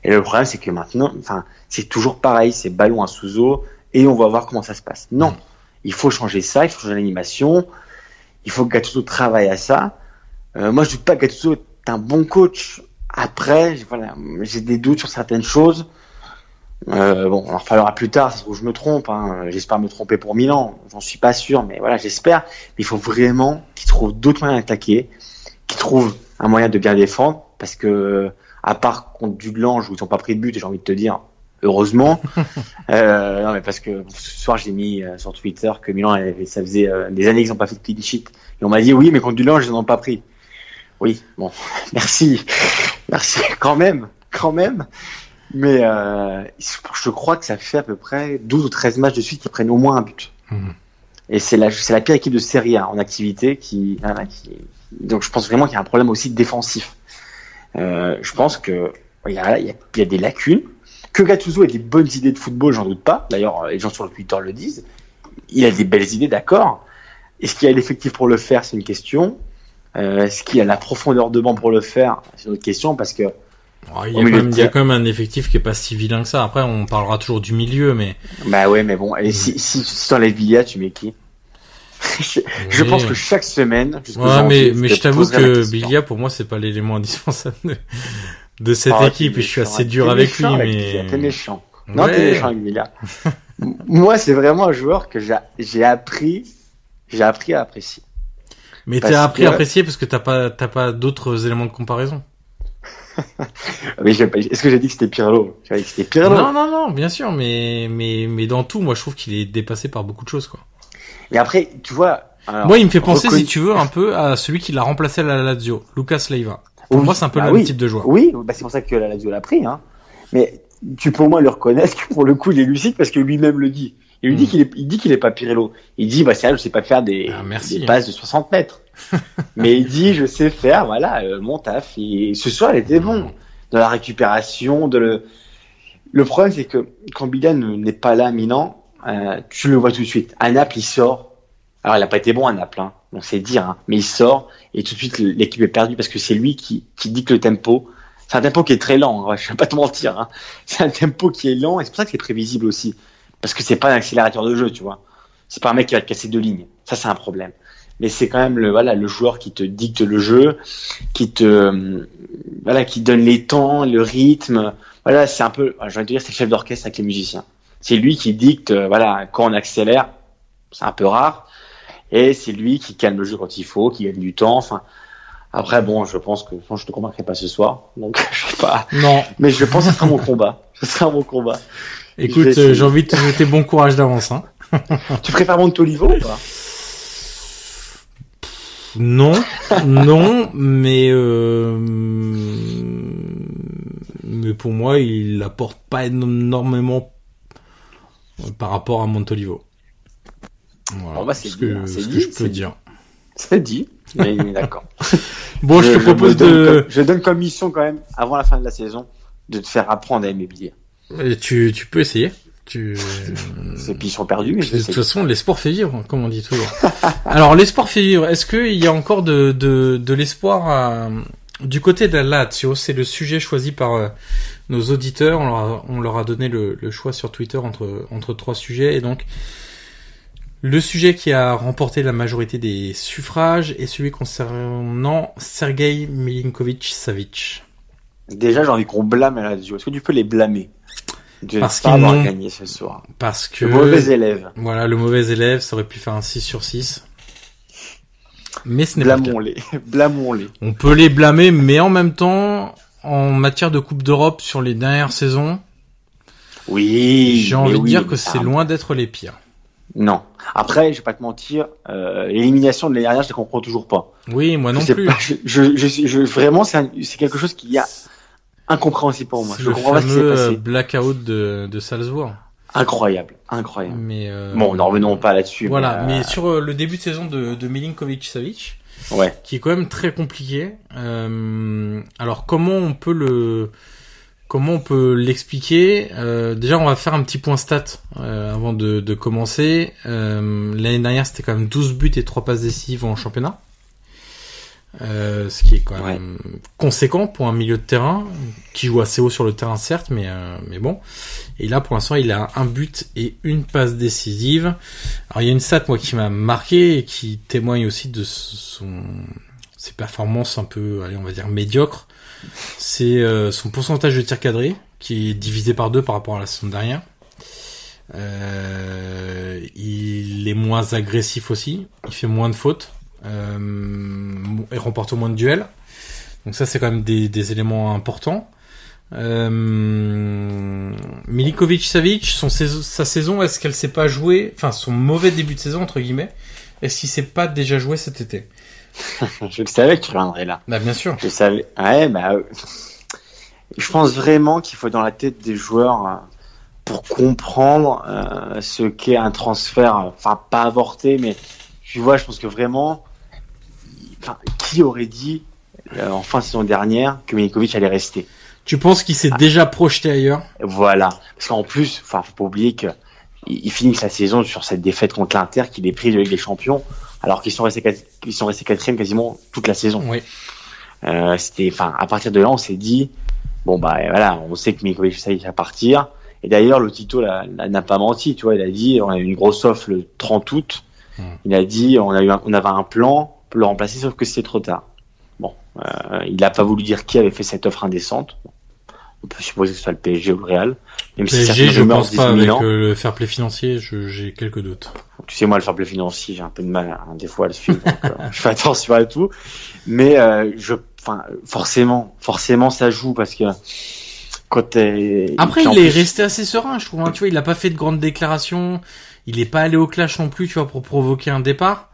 Et le problème, c'est que maintenant, enfin, c'est toujours pareil, c'est ballon à Suso et on va voir comment ça se passe. Non, mmh. il faut changer ça, il faut changer l'animation, il faut que Gattuso travaille à ça. Euh, moi, je doute pas que Gattuso est un bon coach. Après, voilà, j'ai des doutes sur certaines choses. Euh, bon, il en falloir plus tard, ça se trouve, je me trompe, hein. J'espère me tromper pour Milan, j'en suis pas sûr, mais voilà, j'espère. Mais il faut vraiment qu'ils trouvent d'autres moyens d'attaquer, qu'ils trouvent un moyen de bien défendre, parce que, à part contre Dudelange, où ils n'ont pas pris de but, j'ai envie de te dire, heureusement, euh, non, mais parce que ce soir, j'ai mis euh, sur Twitter que Milan, avait, ça faisait euh, des années qu'ils n'ont pas fait de clean sheet. Et on m'a dit, oui, mais contre Dudelange, ils n'en ont pas pris. Oui, bon, merci, merci, quand même, quand même. Mais euh, je crois que ça fait à peu près douze ou treize matchs de suite qui prennent au moins un but. Mmh. Et c'est la, c'est la pire équipe de Serie A en activité qui, voilà, qui... Donc je pense vraiment qu'il y a un problème aussi défensif. Euh, je pense que il y a, il y a, il y a des lacunes. Que Gattuso ait des bonnes idées de football, j'en doute pas. D'ailleurs, les gens sur le Twitter le disent. Il a des belles idées, d'accord. Est-ce qu'il y a l'effectif pour le faire, c'est une question. Euh, est-ce qu'il y a la profondeur de banc pour le faire, c'est une autre question, parce que oh, il, y a quand même, il y a quand même un effectif qui est pas si vilain que ça. Après, on parlera toujours du milieu, mais bah ouais, mais bon. Et si si si t'enlèves Villa, tu mets qui? je, oui. je pense que chaque semaine. Ouais, janvier, mais mais je t'avoue que Villa, pour moi, c'est pas l'élément indispensable de, de cette oh, équipe. Et je suis assez dur avec lui, mais t'es méchant. Non, ouais. T'es méchant avec Villa. Moi, c'est vraiment un joueur que j'ai j'ai appris, j'ai appris à apprécier. Mais parce t'as appris que... à apprécier parce que t'as pas t'as pas d'autres éléments de comparaison. Mais j'ai pas... est-ce que j'ai dit que c'était Pirlo? J'ai dit que c'était Pirlo. Non non non, bien sûr, mais mais mais dans tout, moi je trouve qu'il est dépassé par beaucoup de choses, quoi. Et après, tu vois. Alors, moi, il me fait penser, reconnu... si tu veux, un peu à celui qui l'a remplacé à la Lazio, Lucas Leiva. Pour oui, moi, c'est un peu bah le oui. même type de joueur. Oui, bah c'est pour ça que la Lazio l'a pris, hein. Mais tu peux au moins le reconnaître que pour le coup, il est lucide parce que lui-même le dit. Il lui dit mmh. qu'il est, il dit qu'il est pas Pirlo. Il dit, bah, c'est vrai, je sais pas faire des, ah, merci, des passes hein. de soixante mètres. Mais il dit, je sais faire, voilà, euh, mon taf. Et ce soir, il était bon. Dans la récupération, de le, le problème, c'est que quand Biglia n'est pas là, Milan, euh, tu le vois tout de suite. À Naples, il sort. Alors, il a pas été bon à Naples, hein. On sait dire, hein. Mais il sort et tout de suite, l'équipe est perdue parce que c'est lui qui, qui dicte le tempo. C'est un tempo qui est très lent, hein. Je vais pas te mentir, hein. C'est un tempo qui est lent et c'est pour ça que c'est prévisible aussi. Parce que c'est pas un accélérateur de jeu, tu vois. C'est pas un mec qui va te casser deux lignes. Ça, c'est un problème. Mais c'est quand même le, voilà, le joueur qui te dicte le jeu, qui te, euh, voilà, qui donne les temps, le rythme. Voilà, c'est un peu, j'ai envie de dire, c'est le chef d'orchestre avec les musiciens. C'est lui qui dicte, euh, voilà, quand on accélère, c'est un peu rare. Et c'est lui qui calme le jeu quand il faut, qui gagne du temps. Enfin, après, bon, je pense que, enfin, je te convaincrai pas ce soir. Donc, je sais pas. Non. Mais je pense que ce sera mon combat. Ce sera mon combat. Écoute, euh, j'ai envie de te souhaiter bon courage d'avance, hein. Tu préfères Montolivo ou pas? Non, non, mais euh, mais pour moi, il apporte pas énormément par rapport à Montolivo. Voilà, bon, bah, c'est ce dit, que, hein, c'est ce dit, que je peux c'est dire. C'est dit, mais d'accord. Bon, je, je te propose je de... Comme, je donne comme mission quand même, avant la fin de la saison, de te faire apprendre à aimer Biglia. Et tu, tu peux essayer. Tu... C'est puis ils sont perdus, mais je de toute façon, l'espoir fait vivre, comme on dit toujours. Alors, l'espoir fait vivre. Est-ce qu'il y a encore de, de, de l'espoir à... du côté de la Lazio? C'est le sujet choisi par euh, nos auditeurs. On leur a, on leur a donné le, le choix sur Twitter entre, entre trois sujets. Et donc, le sujet qui a remporté la majorité des suffrages est celui concernant Sergei Milinkovic-Savic. Déjà, j'ai envie qu'on blâme la Lazio. Est-ce que tu peux les blâmer? De parce pas avoir gagné ce soir. Parce que... Le mauvais élève. Voilà, le mauvais élève, ça aurait pu faire un six sur six. Mais ce n'est pas le cas. Blâmons-les. Blâmons-les. On peut les blâmer, mais en même temps, en matière de Coupe d'Europe sur les dernières saisons, oui, j'ai envie de oui, dire que c'est loin d'être les pires. Non. Après, je vais pas te mentir, euh, l'élimination de l'année dernière, je ne comprends toujours pas. Oui, moi non je plus. Pas, je, je, je, je, vraiment, c'est, un, c'est quelque chose qui a incompréhensible pour moi. C'est je le comprends pas ce qui s'est passé. Blackout de, de Salzbourg. Incroyable, incroyable. Mais euh... bon, n'en revenons pas là-dessus. Voilà, mais, euh... mais sur euh, le début de saison de, de Milinkovic-Savic, ouais, qui est quand même très compliqué. Euh, alors comment on peut le, comment on peut l'expliquer euh, Déjà, on va faire un petit point stat euh, avant de, de commencer. Euh, l'année dernière, c'était quand même douze buts et trois passes décisives en championnat. Euh, ce qui est quand même ouais. conséquent pour un milieu de terrain qui joue assez haut sur le terrain certes, mais euh, mais bon. Et là pour l'instant il a un but et une passe décisive. Alors il y a une stat moi qui m'a marqué et qui témoigne aussi de son ses performances un peu, allez on va dire médiocres. C'est euh, son pourcentage de tirs cadrés qui est divisé par deux par rapport à la saison dernière. Euh, il est moins agressif aussi, il fait moins de fautes. Euh, et remporte moins de duels, donc ça c'est quand même des, des éléments importants. euh, Milinkovic-Savic, son saison, sa saison, est-ce qu'elle s'est pas jouée, enfin son mauvais début de saison entre guillemets, est-ce qu'il s'est pas déjà joué cet été? Je le savais que tu reviendrais là. Bah bien sûr. Je savais. Ouais, bah je pense vraiment qu'il faut être dans la tête des joueurs pour comprendre euh, ce qu'est un transfert, enfin pas avorté, mais tu vois, je pense que vraiment, enfin, qui aurait dit euh, en fin de saison dernière que Milinkovic allait rester? Tu penses qu'il s'est ah. déjà projeté ailleurs? Voilà, parce qu'en plus, enfin, faut pas oublier que il finit la saison sur cette défaite contre l'Inter, qu'il est pris de Ligue des Champions, alors qu'ils sont restés qu'ils sont restés quatrième quasiment toute la saison. Oui. Euh, c'était, enfin, à partir de là, on s'est dit, bon bah voilà, on sait que Milinkovic ça va partir. Et d'ailleurs, le Tito là, là, n'a pas menti, tu vois, il a dit, on a eu une grosse offre le trente août. Il a dit on a eu un, on avait un plan pour le remplacer, sauf que c'était trop tard. Bon, euh, il n'a pas voulu dire qui avait fait cette offre indécente. Bon, on peut supposer que ce soit le P S G ou le Real. Même P S G, si je pense pas avec euh, le fair play financier, je, j'ai quelques doutes. Tu sais, moi, le fair play financier, j'ai un peu de mal hein, des fois à le suivre. Donc, euh, je fais attention à tout. Mais euh, je, enfin, forcément, forcément, ça joue parce que quand t'es. Après, il est plus... resté assez serein, je trouve. Hein, tu vois, il n'a pas fait de grandes déclarations. Il est pas allé au clash non plus, tu vois, pour provoquer un départ.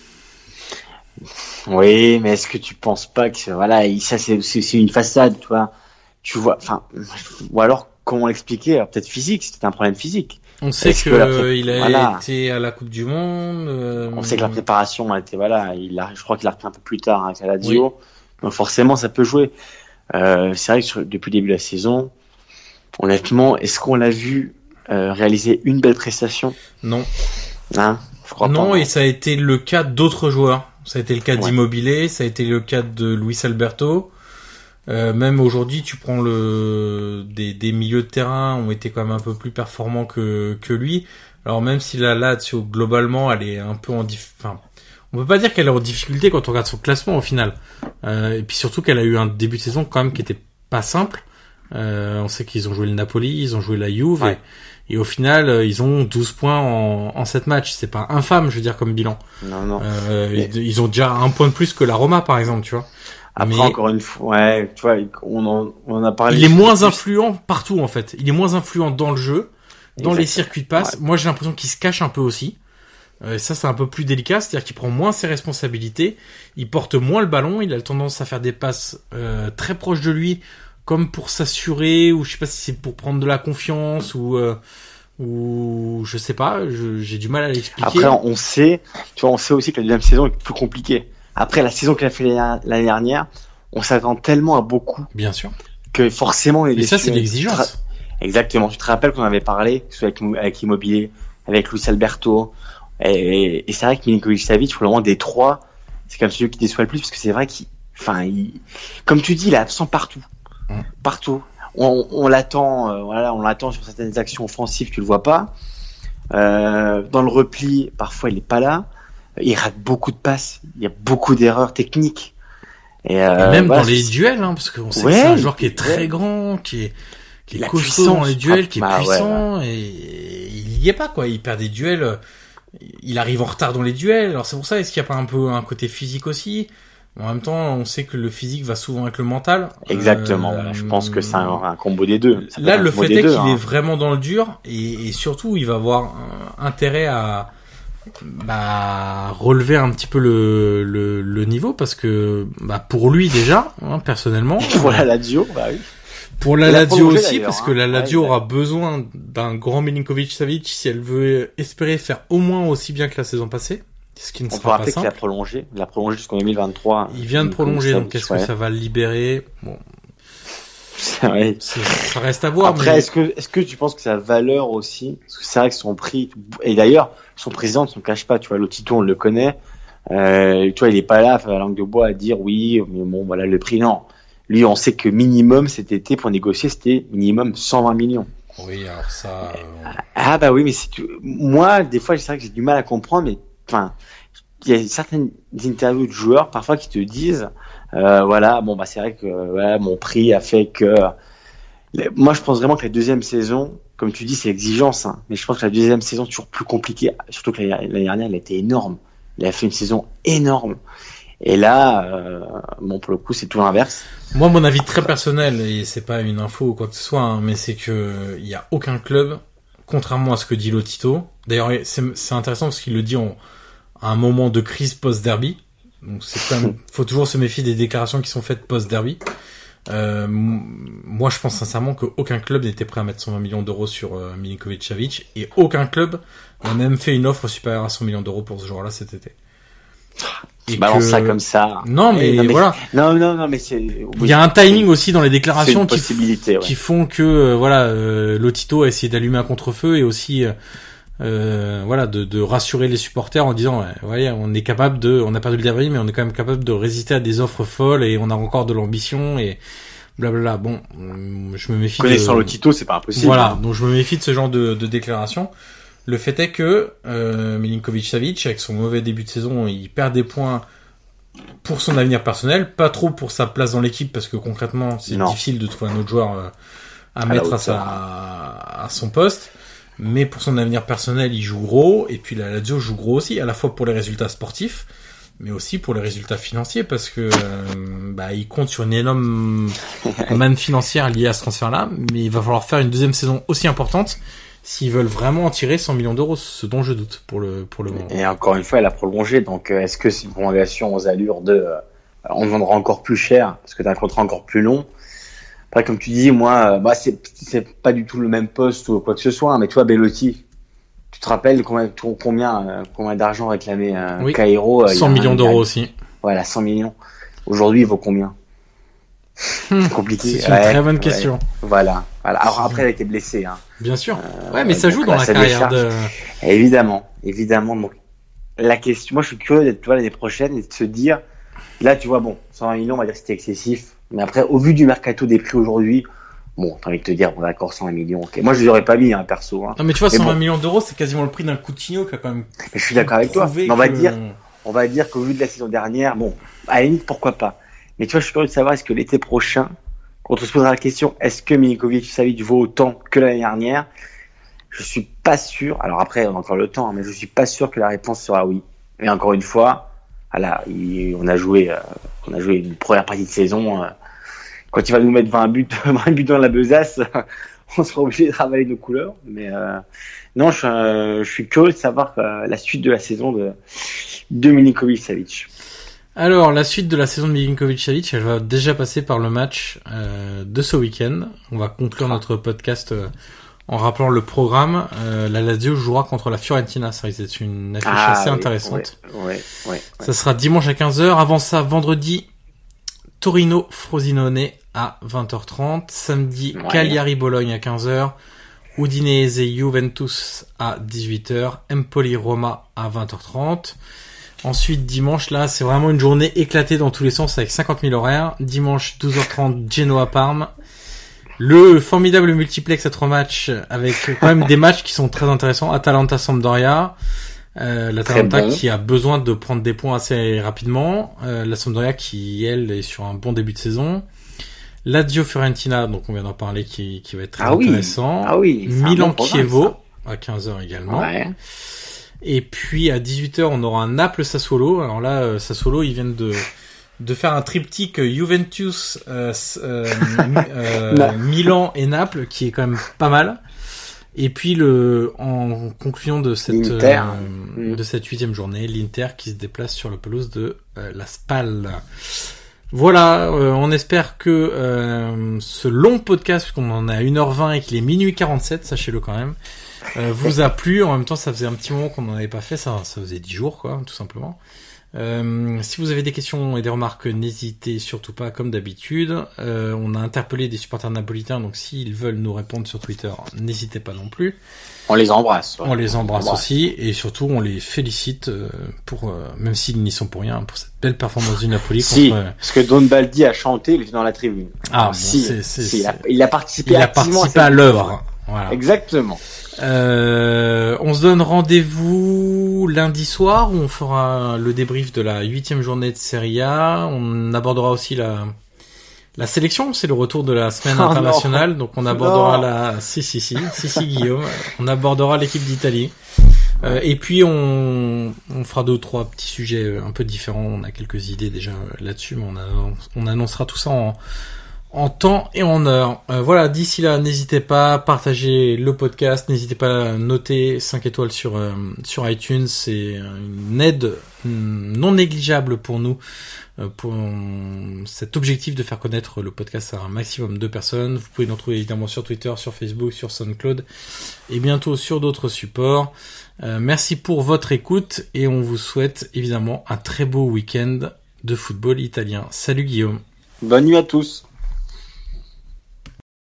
Oui, mais est-ce que tu penses pas que voilà, ça c'est, c'est, c'est une façade, tu vois, tu vois, enfin, ou alors comment l'expliquer? Alors, peut-être physique, c'était un problème physique. On sait est-ce que, que pré... il a voilà. été à la Coupe du Monde. Euh... On sait que la préparation a été voilà, il a, je crois qu'il a repris un peu plus tard avec la Lazio, oui. Donc forcément ça peut jouer. Euh, c'est vrai que sur, depuis le début de la saison, honnêtement, est-ce qu'on l'a vu? Euh, réaliser une belle prestation? Non. Hein, je crois non, pas. Et ça a été le cas d'autres joueurs. Ça a été le cas ouais. d'Immobilier, ça a été le cas de Luis Alberto. Euh, même aujourd'hui, tu prends le des, des milieux de terrain ont été quand même un peu plus performants que que lui. Alors même si la Lazio globalement, elle est un peu en diff... enfin, on peut pas dire qu'elle est en difficulté quand on regarde son classement au final. Euh, et puis surtout qu'elle a eu un début de saison quand même qui était pas simple. Euh, on sait qu'ils ont joué le Napoli, ils ont joué la Juve. Ouais. Et, Et au final, ils ont douze points en, en sept matchs. C'est pas infâme, je veux dire, comme bilan. Non, non. Euh, Mais... ils, ils ont déjà un point de plus que la Roma, par exemple, tu vois. Après, Mais... encore une fois, ouais, tu vois, on en, on en a parlé. Il est moins plus. influent partout, en fait. Il est moins influent dans le jeu, dans Exactement. les circuits de passe. Ouais. Moi, j'ai l'impression qu'il se cache un peu aussi. Euh, ça, c'est un peu plus délicat. C'est-à-dire qu'il prend moins ses responsabilités. Il porte moins le ballon. Il a tendance à faire des passes euh, très proches de lui, comme pour s'assurer, ou je sais pas si c'est pour prendre de la confiance, ou... Euh, ou je sais pas, je, j'ai du mal à l'expliquer. Après, on sait, tu vois, on sait aussi que la deuxième saison est plus compliquée. Après, la saison qu'il a fait l'année dernière, on s'attend tellement à beaucoup. Bien sûr. Que forcément, mais ça, c'est l'exigence. Exactement. Tu te rappelles qu'on avait parlé, que ce soit avec, avec Immobilier, avec Luis Alberto, et, et, et c'est vrai que Milinkovic-Savic, pour le moment, des trois, c'est comme celui qui déçoit le plus, parce que c'est vrai qu'il, enfin, il, comme tu dis, il est absent partout. Hum. Partout. On, on l'attend, euh, voilà, on l'attend sur certaines actions offensives, tu le vois pas. Euh, dans le repli, parfois il est pas là. Il rate beaucoup de passes. Il y a beaucoup d'erreurs techniques. Et, euh, et même voilà, dans les duels, hein, parce qu'on sait ouais, que c'est un joueur qui est très ouais. grand, qui est, qui est costaud dans les duels, qui est bah, puissant, ouais, ouais. et il y est pas quoi. Il perd des duels. Il arrive en retard dans les duels. Alors c'est pour ça, est-ce qu'il y a pas un peu un côté physique aussi? En même temps, on sait que le physique va souvent avec le mental. Exactement. Euh, voilà. Je pense que c'est un, un combo des deux. Ça là, le fait est deux, qu'il hein. est vraiment dans le dur et, et surtout, il va avoir un, intérêt à bah, relever un petit peu le, le, le niveau parce que bah, pour lui déjà, hein, personnellement. Pour la Lazio, bah oui. Pour la Lazio aussi, parce que la Lazio ouais, aura besoin d'un grand Milinkovic-Savic si elle veut espérer faire au moins aussi bien que la saison passée. Ce qui ne on sera peut rappeler pas simple. qu'il a prolongé, il a prolongé jusqu'en deux mille vingt-trois. Il vient de prolonger, donc est-ce ouais. que ça va le libérer? Bon, ouais. ça reste à voir. Après, mais... est-ce que est-ce que tu penses que sa valeur aussi, parce que c'est vrai que son prix, et d'ailleurs son président ne s'en cache pas, tu vois, le Tito on le connaît, Euh, tu vois, il est pas là, la langue de bois, à dire oui, mais bon, voilà le prix. Non, lui, on sait que minimum cet été pour négocier, c'était minimum cent vingt millions. Oui, alors ça. Euh... Ah bah oui, mais c'est moi, des fois, c'est vrai que j'ai du mal à comprendre, mais enfin, il y a certaines interviews de joueurs parfois qui te disent, euh, voilà, bon bah c'est vrai que voilà, mon prix a fait que. Moi, je pense vraiment que la deuxième saison, comme tu dis, c'est l'exigence, hein, mais je pense que la deuxième saison est toujours plus compliquée, surtout que l'année dernière, elle était énorme. Il a fait une saison énorme. Et là, euh, bon, pour le coup, c'est tout l'inverse. Moi, mon avis très personnel, et c'est pas une info ou quoi que ce soit, hein, mais c'est que il y a aucun club, contrairement à ce que dit Lotito. D'ailleurs, c'est, c'est intéressant parce qu'il le dit en, à un moment de crise post-derby. Donc, c'est quand même, faut toujours se méfier des déclarations qui sont faites post-derby. Euh, moi, je pense sincèrement qu'aucun club n'était prêt à mettre cent vingt millions d'euros sur euh, Milinkovic-Savic, et aucun club n'a même fait une offre supérieure à cent millions d'euros pour ce joueur-là cet été. Et balance que... ça comme ça. Non, mais, non, mais voilà. Non, non, non, mais c'est. Il y a un timing aussi dans les déclarations qui, ouais. qui font que euh, voilà, euh, Lotito a essayé d'allumer un contre-feu et aussi euh, voilà de, de rassurer les supporters en disant, ouais, voyez, on est capable de, on a perdu le derby, mais on est quand même capable de résister à des offres folles et on a encore de l'ambition et blablabla. Bon, je me méfie. Connaissant de... Lotito, c'est pas impossible. Voilà, hein. Donc je me méfie de ce genre de, de déclaration. Le fait est que euh, Milinkovic-Savic, avec son mauvais début de saison, il perd des points pour son avenir personnel, pas trop pour sa place dans l'équipe, parce que concrètement, c'est non. difficile de trouver un autre joueur euh, à, à mettre à, sa, à son poste. Mais pour son avenir personnel, il joue gros, et puis la Lazio joue gros aussi, à la fois pour les résultats sportifs, mais aussi pour les résultats financiers, parce que euh, bah, il compte sur une énorme manne financière liée à ce transfert-là, mais il va falloir faire une deuxième saison aussi importante s'ils veulent vraiment en tirer cent millions d'euros, ce dont je doute pour le pour le moment. Et encore une fois, elle a prolongé, donc euh, est-ce que c'est une prolongation aux allures de euh, on vendra encore plus cher parce que t'as un contrat encore plus long. Après, comme tu dis, moi, euh, bah c'est c'est pas du tout le même poste ou quoi que ce soit, hein, mais tu vois, Belotti, tu te rappelles combien combien euh, combien d'argent réclamait euh, oui. Cairo euh, cent millions d'euros aussi. Voilà, cent millions. Aujourd'hui, il vaut combien? C'est compliqué. C'est une ouais, très bonne question. Ouais. Voilà. voilà. Alors après, elle a été blessée. Hein. Bien sûr. Euh, ouais, mais ça joue dans la carrière de... Évidemment, évidemment. Donc, la question, moi, je suis curieux d'être, tu vois, l'année prochaine et de se dire, là, tu vois, bon, cent vingt millions, on va dire que c'était excessif. Mais après, au vu du mercato des prix aujourd'hui, bon, t'as envie de te dire, bon, d'accord, cent vingt millions, ok. Moi, je les aurais pas mis, hein, perso. Hein. Non, mais tu vois, mais cent vingt bon. millions d'euros, c'est quasiment le prix d'un Coutinho qui a quand même. Mais je suis d'accord avec toi. Mais on va que... dire, on va dire qu'au vu de la saison dernière, bon, à la limite, pourquoi pas. Mais tu vois, je suis curieux de savoir, est-ce que l'été prochain, quand on se posera la question, est-ce que Milinkovic-Savic vaut autant que l'année dernière? Je suis pas sûr. Alors après, on a encore le temps, hein, mais je suis pas sûr que la réponse sera oui. Mais encore une fois, voilà, il, on a joué, euh, on a joué une première partie de saison. Euh, quand il va nous mettre vingt buts, vingt buts dans la besace, on sera obligé de ravaler nos couleurs. Mais euh, non, je, euh, je suis curieux de savoir euh, la suite de la saison de, de Milinkovic-Savic. Alors, la suite de la saison de Milinkovic-Savic, elle va déjà passer par le match euh, de ce week-end. On va conclure notre podcast euh, en rappelant le programme. Euh, la Lazio jouera contre la Fiorentina. Ça risque d'être une affiche ah, assez oui, intéressante. Ouais, ouais, ouais, ouais. Ça sera dimanche à quinze heures. Avant ça, vendredi, Torino-Frosinone à vingt heures trente. Samedi, ouais. Cagliari-Bologne à quinze heures. Udinese-Juventus à dix-huit heures. Empoli-Roma à vingt heures trente. Ensuite, dimanche, là, c'est vraiment une journée éclatée dans tous les sens avec cinquante mille horaires. Dimanche, douze heures trente, Genoa-Parme. Le formidable multiplex à trois matchs avec quand même des matchs qui sont très intéressants. Atalanta-Sampdoria. Euh, L'Atalanta bon. qui a besoin de prendre des points assez rapidement. Euh, la Sampdoria qui, elle, est sur un bon début de saison. Lazio-Fiorentina, donc on vient d'en parler, qui, qui va être très ah intéressant. Oui. Ah oui. Milan-Chievo à quinze heures également. Ouais. Et puis à dix-huit heures, on aura un Naples-Sassuolo. Alors là, euh, Sassuolo, ils viennent de de faire un triptyque Juventus, euh, euh, euh, Milan et Naples, qui est quand même pas mal. Et puis le en conclusion de cette euh, mmh. de cette huitième journée, l'Inter qui se déplace sur la pelouse de euh, la Spal. Voilà, euh, on espère que euh, ce long podcast, puisqu'on en a une heure vingt et qu'il est minuit quarante-sept, sachez-le quand même, euh, vous a plu. En même temps, ça faisait un petit moment qu'on n'en avait pas fait, ça, ça faisait dix jours, quoi, tout simplement. Euh, si vous avez des questions et des remarques, n'hésitez surtout pas, comme d'habitude. Euh, on a interpellé des supporters napolitains, donc s'ils veulent nous répondre sur Twitter, n'hésitez pas non plus. On les embrasse. Ouais. On les embrasse, on embrasse aussi, et surtout on les félicite pour, euh, même s'ils n'y sont pour rien, pour cette belle performance du Napoli. Si, contre... parce que Don Baldi a chanté, il était dans la tribune. Ah, bon, si, c'est, c'est, si, c'est... Il, a, il a participé, il a participé à, à l'œuvre. Voilà. Exactement. Euh, on se donne rendez-vous lundi soir où on fera le débrief de la huitième journée de Serie A. On abordera aussi la la sélection, c'est le retour de la semaine oh internationale, non. donc on abordera non. la si si si si si Guillaume, on abordera l'équipe d'Italie. Euh, et puis on on fera deux ou trois petits sujets un peu différents. On a quelques idées déjà là-dessus, mais on a, on annoncera tout ça en en temps et en heure. Euh, voilà, d'ici là, n'hésitez pas à partager le podcast, n'hésitez pas à noter cinq étoiles sur euh, sur iTunes, c'est une aide non négligeable pour nous, euh, pour euh, cet objectif de faire connaître le podcast à un maximum de personnes. Vous pouvez nous retrouver évidemment sur Twitter, sur Facebook, sur SoundCloud et bientôt sur d'autres supports. Euh, merci pour votre écoute et on vous souhaite évidemment un très beau week-end de football italien. Salut Guillaume. Bonne nuit à tous.